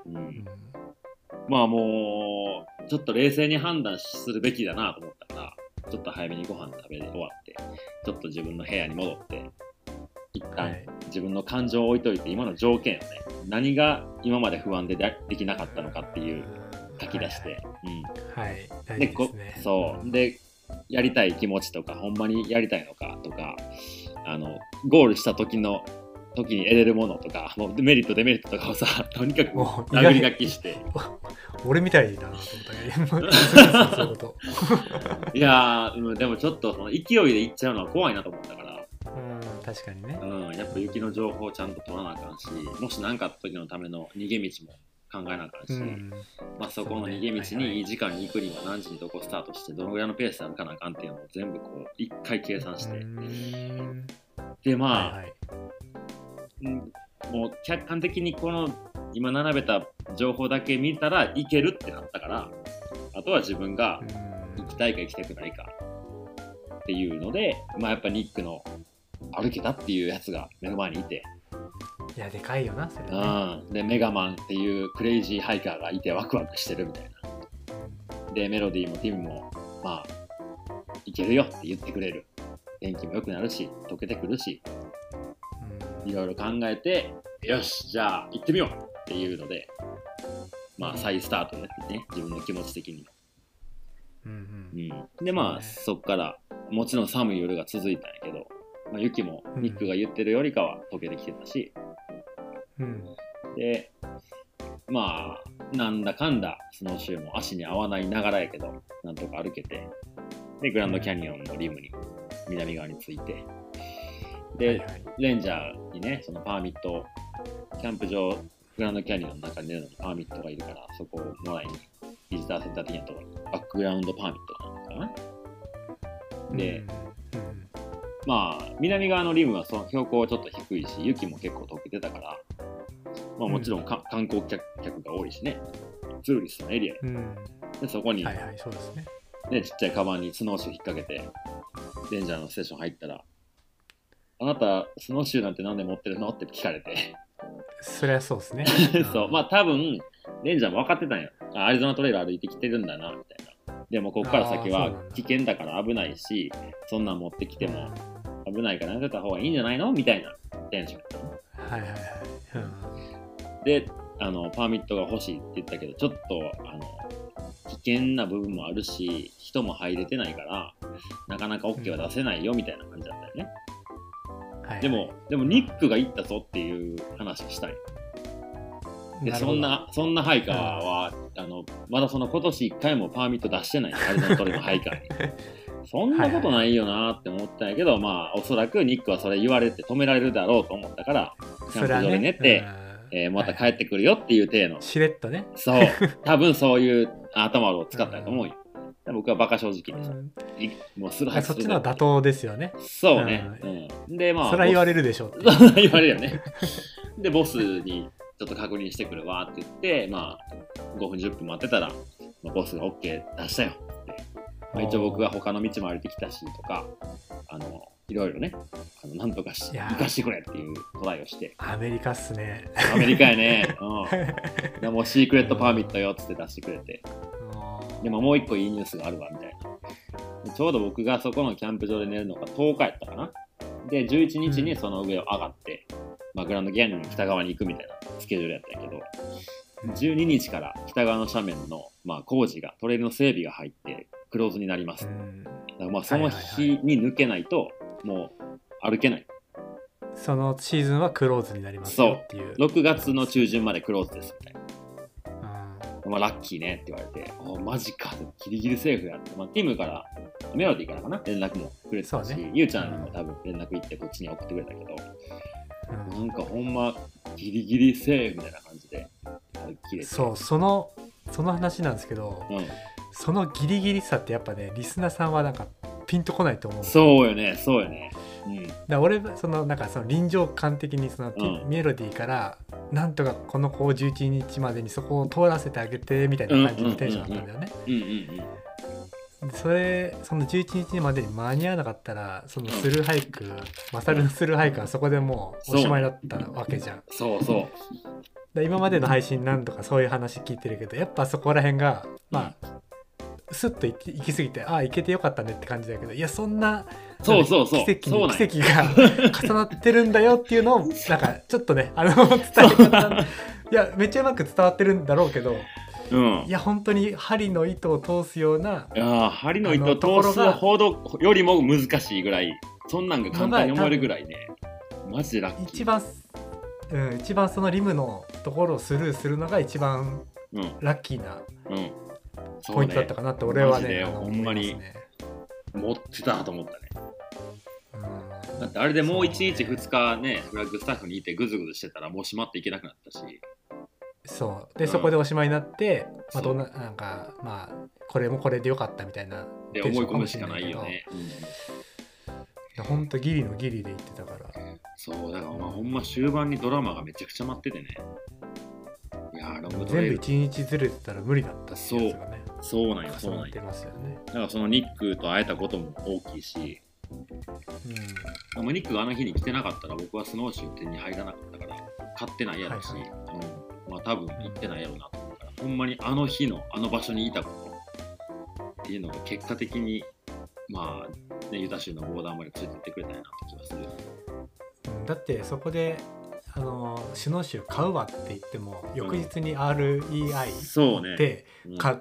うんうん、まあもうちょっと冷静に判断するべきだなと思ったからちょっと早めにご飯食べ終わってちょっと自分の部屋に戻って一旦自分の感情を置いといて今の条件をね何が今まで不安でできなかったのかっていう書き出して、 はいはい、うん、はい、大事ですね。 でそうでやりたい気持ちとかほんまにやりたいのかとかあのゴールした時の時に得れるものとかもうメリットデメリットとかをさとにかく殴り書きして俺みたいだなと思ったけどいやーでもちょっとその勢いでいっちゃうのは怖いなと思ったから、 うん確かにね、 うん、やっぱ雪の情報をちゃんと取らなあかんしもし何かあった時のための逃げ道も考えなあかんし、うんまあ、そこの逃げ道にいい時間に行くには何時にどこスタートしてどのぐらいのペースで歩かなあかんっていうのを全部こう一回計算してでまあ、はいはいうん、もう客観的にこの今並べた情報だけ見たらいけるってなったからあとは自分が行きたいか行きたくないかっていうのでまあやっぱニックの歩けたっていうやつが目の前にいていやでかいよなそれ、ね、 うんでメガマンっていうクレイジーハイカーがいてワクワクしてるみたいなでメロディーもティムもまあいけるよって言ってくれる天気も良くなるし溶けてくるしいろいろ考えてよしじゃあ行ってみようっていうのでまあ再スタートですね自分の気持ち的にも、うんうんうん、でまあそっからもちろん寒い夜が続いたんやけど、まあ、雪もニックが言ってるよりかは溶けてきてたし、うん、でまあなんだかんだスノーシューも足に合わないながらやけどなんとか歩けてでグランドキャニオンのリムに南側に着いてで、はいはい、レンジャーにねそのパーミットキャンプ場グランドキャニオンの中に出るのにパーミットがいるからそこをもらいにビジターセンター的なところにバックグラウンドパーミットなのかなで、うんうん、まあ南側のリムはその標高ちょっと低いし雪も結構溶けてたから、まあ、もちろんか、うん、観光客が多いしねツーリストのエリア、うん、でそこに、はいはいそうですね、でちっちゃいカバンにスノーシュー引っ掛けてレンジャーのステーション入ったらあなたスノーシューなんて何で持ってるのって聞かれてそりゃそうですねそうまあ多分レンジャーも分かってたんやアリゾナトレイル歩いてきてるんだなみたいなでもここから先は危険だから危ないしそんなん持ってきても危ないからやめた方がいいんじゃないのみたいなテンションだったはいはいはい、うん、であのパーミットが欲しいって言ったけどちょっとあの危険な部分もあるし人も入れてないからなかなか OK は出せないよみたいな感じだったよね、うんはいはい、でもでもニックが行ったぞっていう話をしたいでそんなそんなハイカーは、うん、あのまだその今年いっかいもパーミット出してないアリゾナトレイルのハイカーにそんなことないよなって思ったんやけど、はいはい、まあおそらくニックはそれ言われて止められるだろうと思ったからキャンプ場で寝て、ねうんえー、また帰ってくるよっていう体の、はい、 しれっとねそう多分そういう頭を使ったと思うよ、うん、僕はバカ正直にさ、うん、もうスルハそっちの妥当ですよねそうね、うん、でまあそれは言われるでしょって言われるよねでボスにちょっと確認してくるわって言ってまあごふんじゅっぷん待ってたら、まあ、ボスが OK 出したよって、まあ、一応僕が他の道も歩いてきたしとかあのいろいろねあのなんとかし行かしてくれっていうトライをしてアメリカっすねアメリカやね、うん、でもシークレットパーミットよっつって出してくれてでももう一個いいニュースがあるわみたいなちょうど僕がそこのキャンプ場で寝るのがとおかやったかな。でじゅういちにちにその上を上がって、うんまあ、グランドキャニオンの北側に行くみたいなスケジュールやったんやけど、じゅうににちから北側の斜面の、まあ、工事がトレイルの整備が入ってクローズになります。だからまあその日に抜けないともう歩けない。 そのシーズンはクローズになりますよっていう。 そうろくがつの中旬までクローズですみたいな。まあ、ラッキーねって言われて、おマジかギリギリセーフやって、まあ、ティムからメロディーからかな連絡もくれてたし、ね、ゆうちゃんにも多分連絡行ってこっちに送ってくれたけど、うん、なんかほんまギリギリセーフみたいな感じで切れて。 そうそのその話なんですけど、うん、そのギリギリさってやっぱねリスナーさんはなんかピンとこないと思う。 そうよねそうよね。うん、 だ俺そのなんかその臨場感的にその、うん、メロディーからなんとかこの子をじゅういちにちまでにそこを通らせてあげてみたいな感じのテンションだったんだよね。それそのじゅういちにちまでに間に合わなかったらそのスルーハイク、うん、マサルのスルーハイクはそこでもうおしまいだったわけじゃん。 そうそうだ今までの配信何度かそういう話聞いてるけどやっぱそこら辺がまあ、うんスッと行き過ぎてああ行けてよかったねって感じだけどいやそんなそうそうそう奇跡に奇跡が重なってるんだよっていうのをなんかちょっとねあの伝え方いやめっちゃうまく伝わってるんだろうけど、うん、いや本当に針の糸を通すようないや針の糸を通すほどよりも難しいぐらいそんなんが簡単に思えるぐらいねマジでラッキー。 一番、うん、一番そのリムのところをスルーするのが一番ラッキーな、うんうんポイントだったかなって俺はね、 ねほんまに持ってたと思ったね。うんだってあれでもういちにちふつかねフラッグスタッフにいてグズグズしてたらもう閉まっていけなくなったし。 そうで、うん、そこでおしまいになって、まあ、どんななんかまあこれもこれでよかったみたいなで思い込むしかないよね。 うん、ほんとギリのギリで言ってたから。 そうだからまあほんま終盤にドラマがめちゃくちゃ待っててね。いや全部いちにちずれてたら無理だったってやつがね。 そうなんやそうなんや。だからそのニックと会えたことも大きいし、うん、ニックがあの日に来てなかったら僕はスノーシュー手に入らなかったから買ってないやろし、はいはいうん、まあ多分行ってないやろなと思うから、ほんまにあの日のあの場所にいたことっていうのが結果的にまあねユタ州のボーダーまで連れてってくれたんやなって気がする。 うん、だってそこであのシュノーシュー買うわって言っても翌日に アールイーアイ で買って、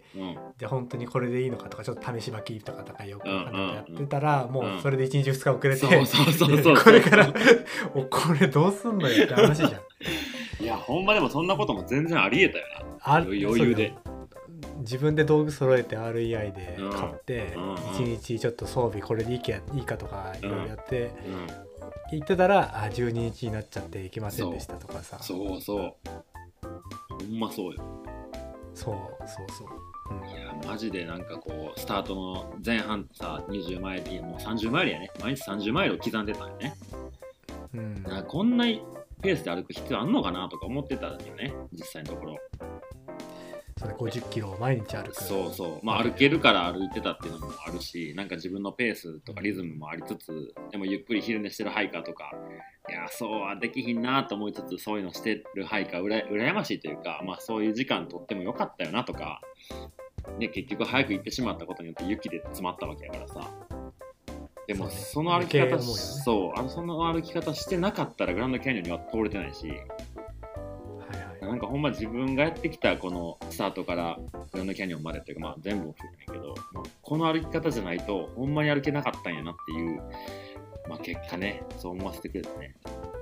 うんうん、で本当にこれでいいのかとかちょっと試し履きとかとかよくやってたら、うんうん、もうそれでいちにちふつか遅れて、うん、これからこれどうすんのよって話じゃん。 いやほんまでもそんなことも全然ありえたよな。余裕で自分で道具揃えて アールイーアイ で買って、うんうんうん、いちにちちょっと装備これでいいか、いいかとかいろいろやって、うんうん言ってたらあじゅうににちになっちゃっていけませんでしたとかさ。 そうそうほんまそうよ。 そうそうそう、 うん、いやマジでなんかこうスタートの前半さにじゅうマイルもうさんじゅうマイルやね毎日さんじゅうマイルを刻んでたよね、うん、だからこんなペースで歩く必要あんのかなとか思ってたんだよね実際のところ。 それごじゅっキロを毎日歩く。 そうそうまあ歩けるから歩いてたっていうのもあるしなんか自分のペースとかリズムもありつつでもゆっくり昼寝してるハイカーとかいやそうはできひんなと思いつつそういうのしてるハイカーうら羨ましいというかまあそういう時間とってもよかったよなとかで結局早く行ってしまったことによって雪で詰まったわけやからさ。でもその歩き方、そうあのその歩き方してなかったらグランドキャニオンには通れてないしなんかほんま自分がやってきたこのスタートからグランドキャニオンまでっていうかまあ全部を含めないけど、まあ、この歩き方じゃないとほんまに歩けなかったんやなっていう、まあ、結果ねそう思わせてくれたね。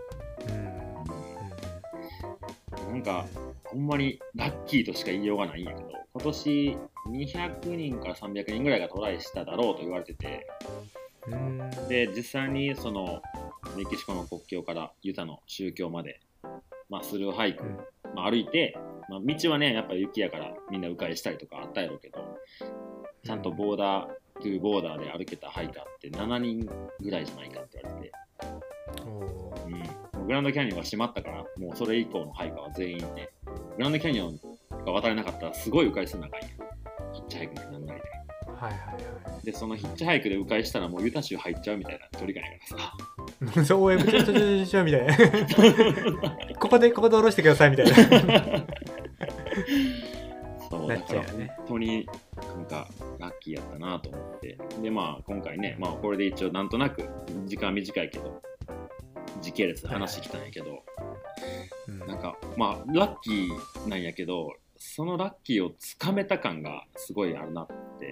うん、なんかほんまにラッキーとしか言いようがないんやけど今年にひゃくにんからさんびゃくにんぐらいがトライしただろうと言われててうんで実際にそのメキシコの国境からユタの宗教まで、まあ、スルーハイク、うんまあ、歩いて、まあ、道はねやっぱ雪やからみんな迂回したりとかあったやろうけどちゃんとボーダートゥーボーダーで歩けたハイカーってしちにんぐらいじゃないかって言われてて、うん、グランドキャニオンが閉まったからもうそれ以降のハイカーは全員ねグランドキャニオンが渡れなかったらすごい迂回するなあかんやヒッチハイクになんないで、はいはいはい、でそのヒッチハイクで迂回したらもうユタ州入っちゃうみたいな距離感やからさそう、ちょちょちょちょちょみたいなここでここで下ろしてくださいみたいなそうそうだから本当になんかラッキーやったなと思って、でまあ今回ね、まあこれで一応なんとなく時間短いけど時系列で話してきたんやけど、はいうん、なんかまあラッキーなんやけど、そのラッキーをつかめた感がすごいあるなって。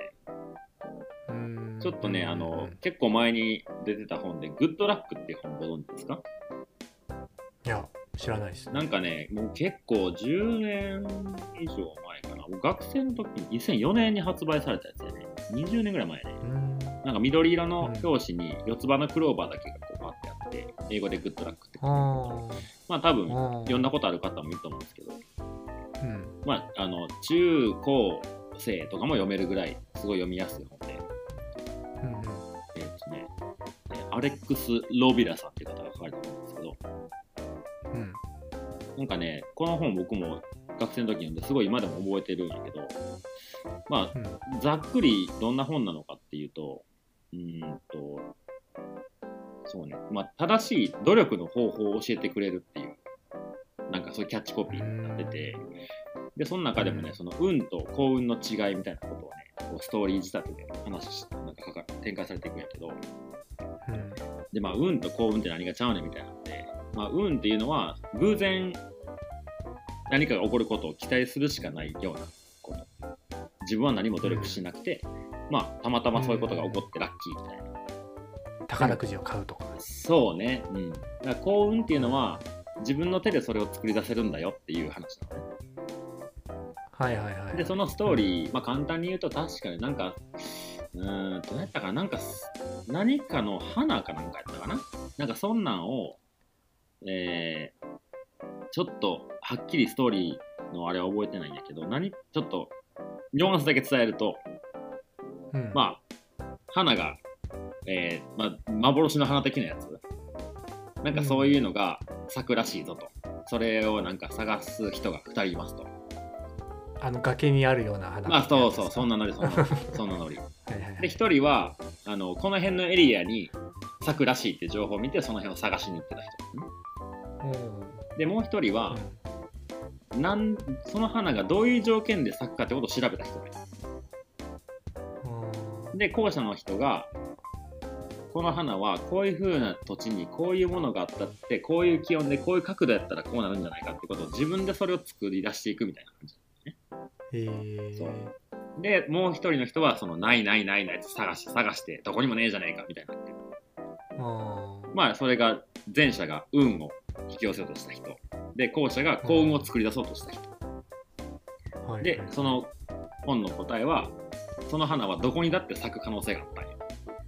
うんちょっとね、あの結構前に出てた本でグッドラックっていう本ご存知ですか？ いや知らないです、ね、 なんかねもう結構じゅうねん以上前かな、学生の時ににせんよねんに発売されたやつやね。にじゅうねんぐらい前ね。うんなんか緑色の表紙に四つ葉のクローバーだけがこうパッてあって、英語でグッドラックって書いてある。まあ多分読んだことある方もいると思うんですけど、うん、まああの中高生とかも読めるぐらいすごい読みやすい本で、うんうん、えーですね、アレックス・ロビラさんっていう方が書かれたんですけど、うん、なんかねこの本僕も学生の時に読んですごい今でも覚えてるんやけど、まあ、うん、ざっくりどんな本なのかっていうと、うーんとそうね、まあ、正しい努力の方法を教えてくれるっていうなんかそういうキャッチコピーになってて、でその中でもねその運と幸運の違いみたいなことをねこうストーリー仕立てで話しなんか展開されていくんやけど、うん、でまあ運と幸運って何がちゃうねんみたいなので、まあ、運っていうのは偶然何かが起こることを期待するしかないようなこと、自分は何も努力しなくて、うん、まあたまたまそういうことが起こってラッキーみたいな、 宝くじを買うとか、 そうね、うん、だから幸運っていうのは自分の手でそれを作り出せるんだよっていう話なのね。 はいはいはい。 でそのストーリー、うん、まあ簡単に言うと確かになんかうーんと何やったかな、なんか何かの花かなんかやったかな、なんかそんなんを、えー、ちょっとはっきりストーリーのあれは覚えてないんだけど、何ちょっとニュアンスだけ伝えると、うん、まあ花が、えーまあ、幻の花的なやつなんかそういうのが咲くらしいぞと、それをなんか探す人がふたりいますと。 あの崖にあるような花、 まあそうそう、そんなノリそんなノリそんなノリはいはい、はい、でひとりはあのこの辺のエリアに咲くらしいって情報を見てその辺を探しに行ってた人ですね、うん、でもうひとりは、うん、なんその花がどういう条件で咲くかってことを調べた人がいた、うん、で後者の人がこの花はこういう風な土地にこういうものがあったってこういう気温でこういう角度やったらこうなるんじゃないかってことを自分でそれを作り出していくみたいな感じですね。へー。そうでもう一人の人はそのないないないないって探して探してどこにもねえじゃねえかみたいになってる。あまあそれが前者が運を引き寄せようとした人で後者が幸運を作り出そうとした人、はい、でその本の答えはその花はどこにだって咲く可能性があったんよ。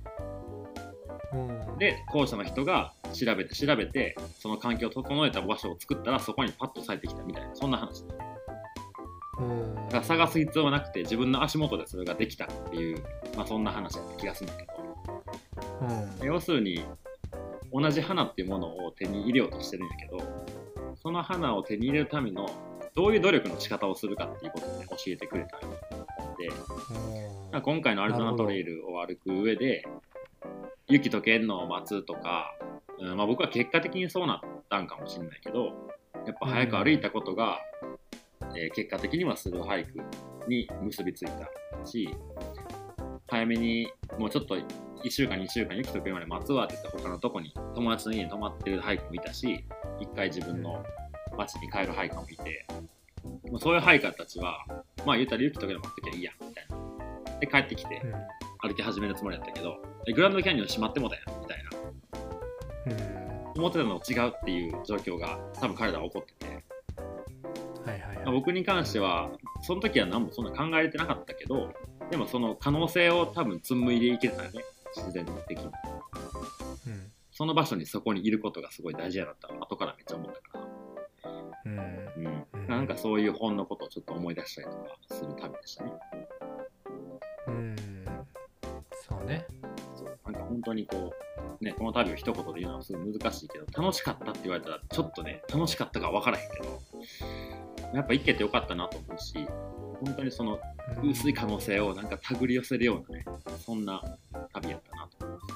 で後者の人が調べて調べてその環境を整えた場所を作ったらそこにパッと咲いてきたみたいな、そんな話で、うんだから探す必要はなくて自分の足元でそれができたっていう、まあ、そんな話だった気がするんだけど、うん、要するに同じ花っていうものを手に入れようとしてるんだけど、その花を手に入れるためのどういう努力の仕方をするかっていうことを、ね、教えてくれたので、うん、今回のアリゾナトレイルを歩く上で雪解けんのを待つとか、うんまあ、僕は結果的にそうなったんかもしれないけど、やっぱ早く歩いたことが、うんえー、結果的にはスローハイクに結びついたし、早めにもうちょっといっしゅうかんにしゅうかん雪解けるまで待つわって言って他のとこに友達の家に泊まってるハイクもいたし、一回自分の町に帰るハイカーもいて、うん、そういうハイカーたちはまあ言ったら雪解けるの待ってきゃいいやみたいなで帰ってきて、うん歩き始めるつもりだったけどグランドキャニオン閉まってもたやんみたいな、うん、思ってたのと違うっていう状況が多分彼らは起こってて、はいはいはいまあ、僕に関してはその時は何もそんな考えれてなかったけど、でもその可能性を多分紡いでいけたよね、自然的に、うん、その場所にそこにいることがすごい大事やなったの後からめっちゃ思ったから、うんうん、なんかそういう本のことをちょっと思い出したりとかする旅でしたね。 うんそうね、 そうなんか本当にこうねこの旅を一言で言うのはすごい難しいけど、楽しかったって言われたらちょっとね楽しかったか分からへんけど、やっぱ行けてよかったなと思うし、本当にその薄い可能性をなんか手繰り寄せるようなね、そんな旅やったなと思い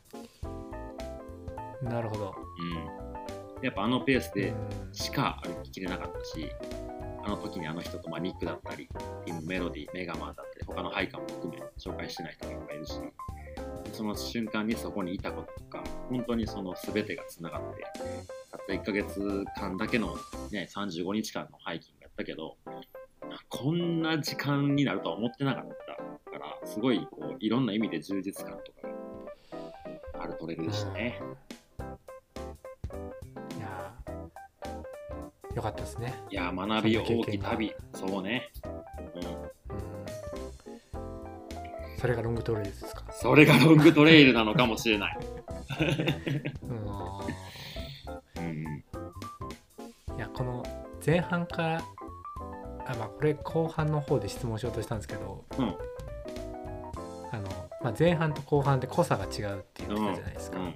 ます。 なるほど。 うん。やっぱあのペースでしか歩ききれなかったし、 あの時にあの人と、まあ、ニックだったりティムメロディ、メガマンだったり他のハイカーも含め紹介してない人もいっぱいいるし、その瞬間にそこにいたこととか本当にその全てがつながってたったいっかげつかんだけの、ね、さんじゅうごにちかんのハイキングやったけどこんな時間になるとは思ってなかったからすごいこういろんな意味で充実感とかがあるトレイルでしたね。 いやよかったですね。 いや学び大きい旅、そうね、うん、うん、 それがロングトレイルですか。 それがロングトレイルなのかもしれないうん、 いやこの前半からあ、まあ、これ後半の方で質問しようとしたんですけど、うん、あのまあ、前半と後半で濃さが違うって言ってたじゃないですか、うん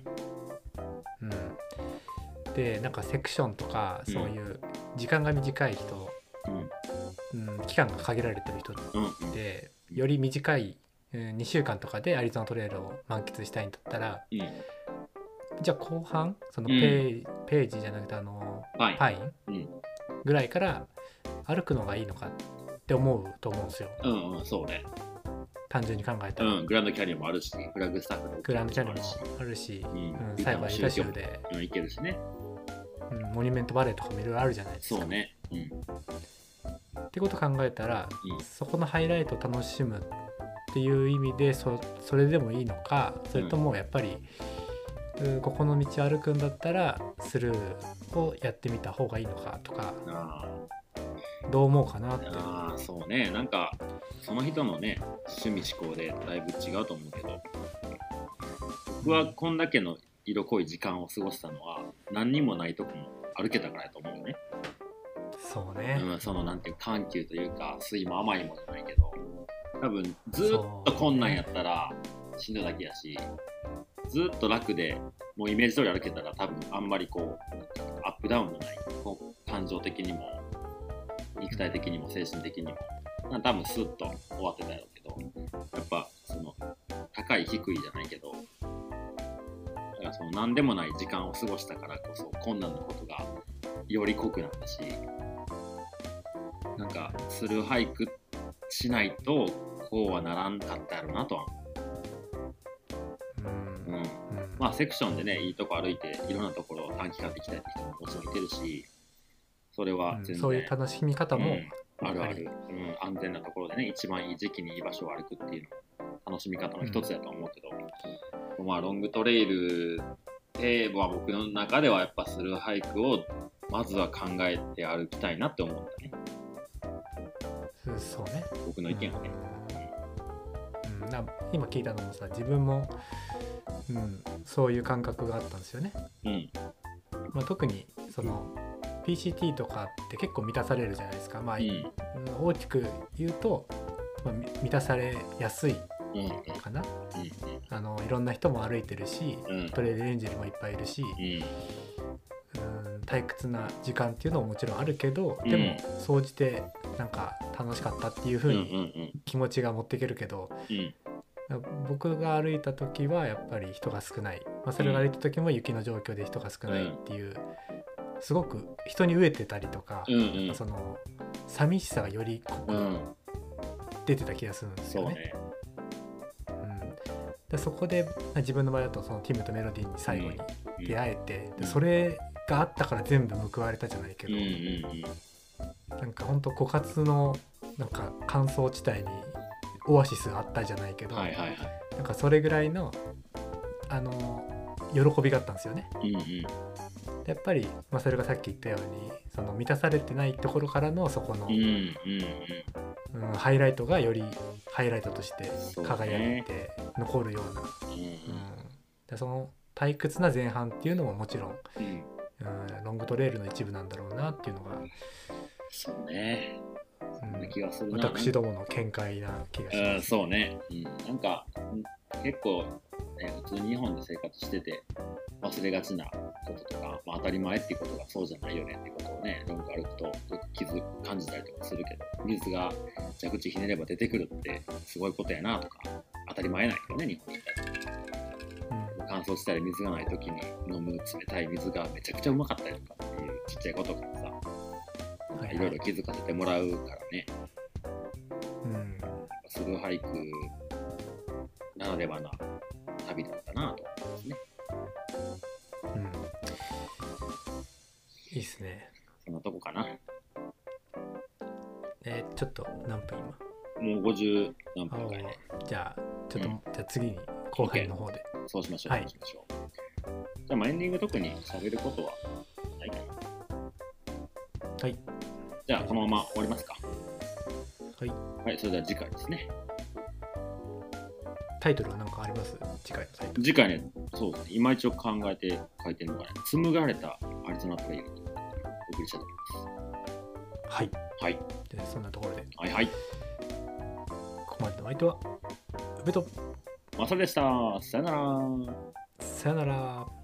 うん、でなんかセクションとかそういう時間が短い人、うんうん、期間が限られてる人ってより短いにしゅうかんとかでアリゾナトレイルを満喫したいんだったら、うん、じゃあ後半そのペー、うん、ページじゃなくてあのパイン、パイン、うん、ぐらいから歩くのがいいのかって思うと思うんですよ。 うんうん、そうね。 単純に考えたら、 うん、グランドキャニオンもあるし、フラグスタッフグランドキャニオンもあるし、うんうん、最後はユタ州で、 うん、行けるしね、 うん、モニュメントバレーとかもいろいろあるじゃないですか。 そうね。うん、 ってことを考えたら、うん、そこのハイライトを楽しむっていう意味で そ, それでもいいのか、それともやっぱり、うん、ここの道歩くんだったらスルーをやってみた方がいいのかとか、あどう思うかなって。 ああ、そうね。なんかその人のね趣味思考でだいぶ違うと思うけど、僕はこんだけの色濃い時間を過ごしたのは何にもないとこも歩けたからやと思うね。 そうね、 うん、そのなんていう緩急というか水も甘いものじゃないけど、多分ずっとこんなんやったらしんどいだけやし、ずっと楽でもうイメージ通り歩けたら多分あんまりこうアップダウンのないこう感情的にも肉体的にも精神的にも多分スッと終わってたやろうけど、やっぱその高い低いじゃないけど、だからその何でもない時間を過ごしたからこそ困難なことがより濃くなったし、なんかスルーハイクしないとこうはならんかったやろなとは思う。うん、うん、まあセクションでねいいとこ歩いていろんなところを短期間で行きたいって人ももちろんいてるし、それは全然、うん、 そういう楽しみ方も、 うん、あるある、うん、安全なところでね一番いい時期にいい場所を歩くっていうのも楽しみ方の一つだと思うけど、うん、まあロングトレイルでは僕の中ではやっぱスルーハイクをまずは考えて歩きたいなって思ったね。 そうね、 僕の意見はね、 うんうん、な今聞いたのもさ自分も、うん、そういう感覚があったんですよね、うんまあ、特にそのピーシーティー とかって結構満たされるじゃないですか、まあうん、大きく言うと、まあ、満たされやすいかな、うんうん、あのいろんな人も歩いてるし、うん、トレイルエンジェルもいっぱいいるし、うん、うん退屈な時間っていうのももちろんあるけど、でも総じてなんか楽しかったっていう風に気持ちが持っていけるけど、うんうん、僕が歩いた時はやっぱり人が少ない、まあ、それが歩いた時も雪の状況で人が少ないっていう、すごく人に飢えてたりとか、うんうん、その寂しさがより濃く出てた気がするんですよね。うん、でそこで自分の場合だとそのティムとメロディーに最後に出会えて、うん、でそれがあったから全部報われたじゃないけど、うんうんうん、なんか本当枯渇のなんか乾燥地帯にオアシスがあったじゃないけど、はいはいはい、なんかそれぐらいのあの喜びがあったんですよね。うんうん、やっぱり、まあ、それがさっき言ったようにその満たされてないところからのそこの、うんうんうんうん、ハイライトがよりハイライトとして輝いて残るような、そうね、うんうん、でその退屈な前半っていうのももちろん、うんうん、ロングトレイルの一部なんだろうなっていうのが、 そうね、 うん、気がするな。私どもの見解な気がします、 うん、そうね、うん、なんか結構、ね、普通に日本で生活してて忘れがちなこととか、まあ、当たり前っていうことがそうじゃないよねっていうことをねロング歩くと気づく感じたりとかするけど、水が蛇口ひねれば出てくるってすごいことやなとか当たり前ないけどね、日本にいたら、うん、乾燥したり水がない時に飲む冷たい水がめちゃくちゃうまかったりとかっていうちっちゃいことからさ、 いろいろ気づかせてもらうからね。うん。スルー俳句ならではな旅だったなと思いますね。 うん。いいっすね。 そんなとこかな。 えー、ちょっと何分今？もうごじゅう何分かね。 じゃあちょっと、うん、じゃあ次に後編の方で。 そうしましょう。はい、そうしましょう。じゃあまあエンディング特に喋ることはないかな。 はい。 じゃあこのまま終わりますか。 はい。 はい、それでは次回ですね。 タイトルは何かあります？次回のタイトル。 次回ね、そうですね。今一応考えて書いてるのがね、紡がれたアリゾナプレイヤーとお送りしたいと思います。 はい。 はい。 で、そんなところで。 はいはい。 ここまでの相手は、宇部とマサルでした。さよなら。 さよなら。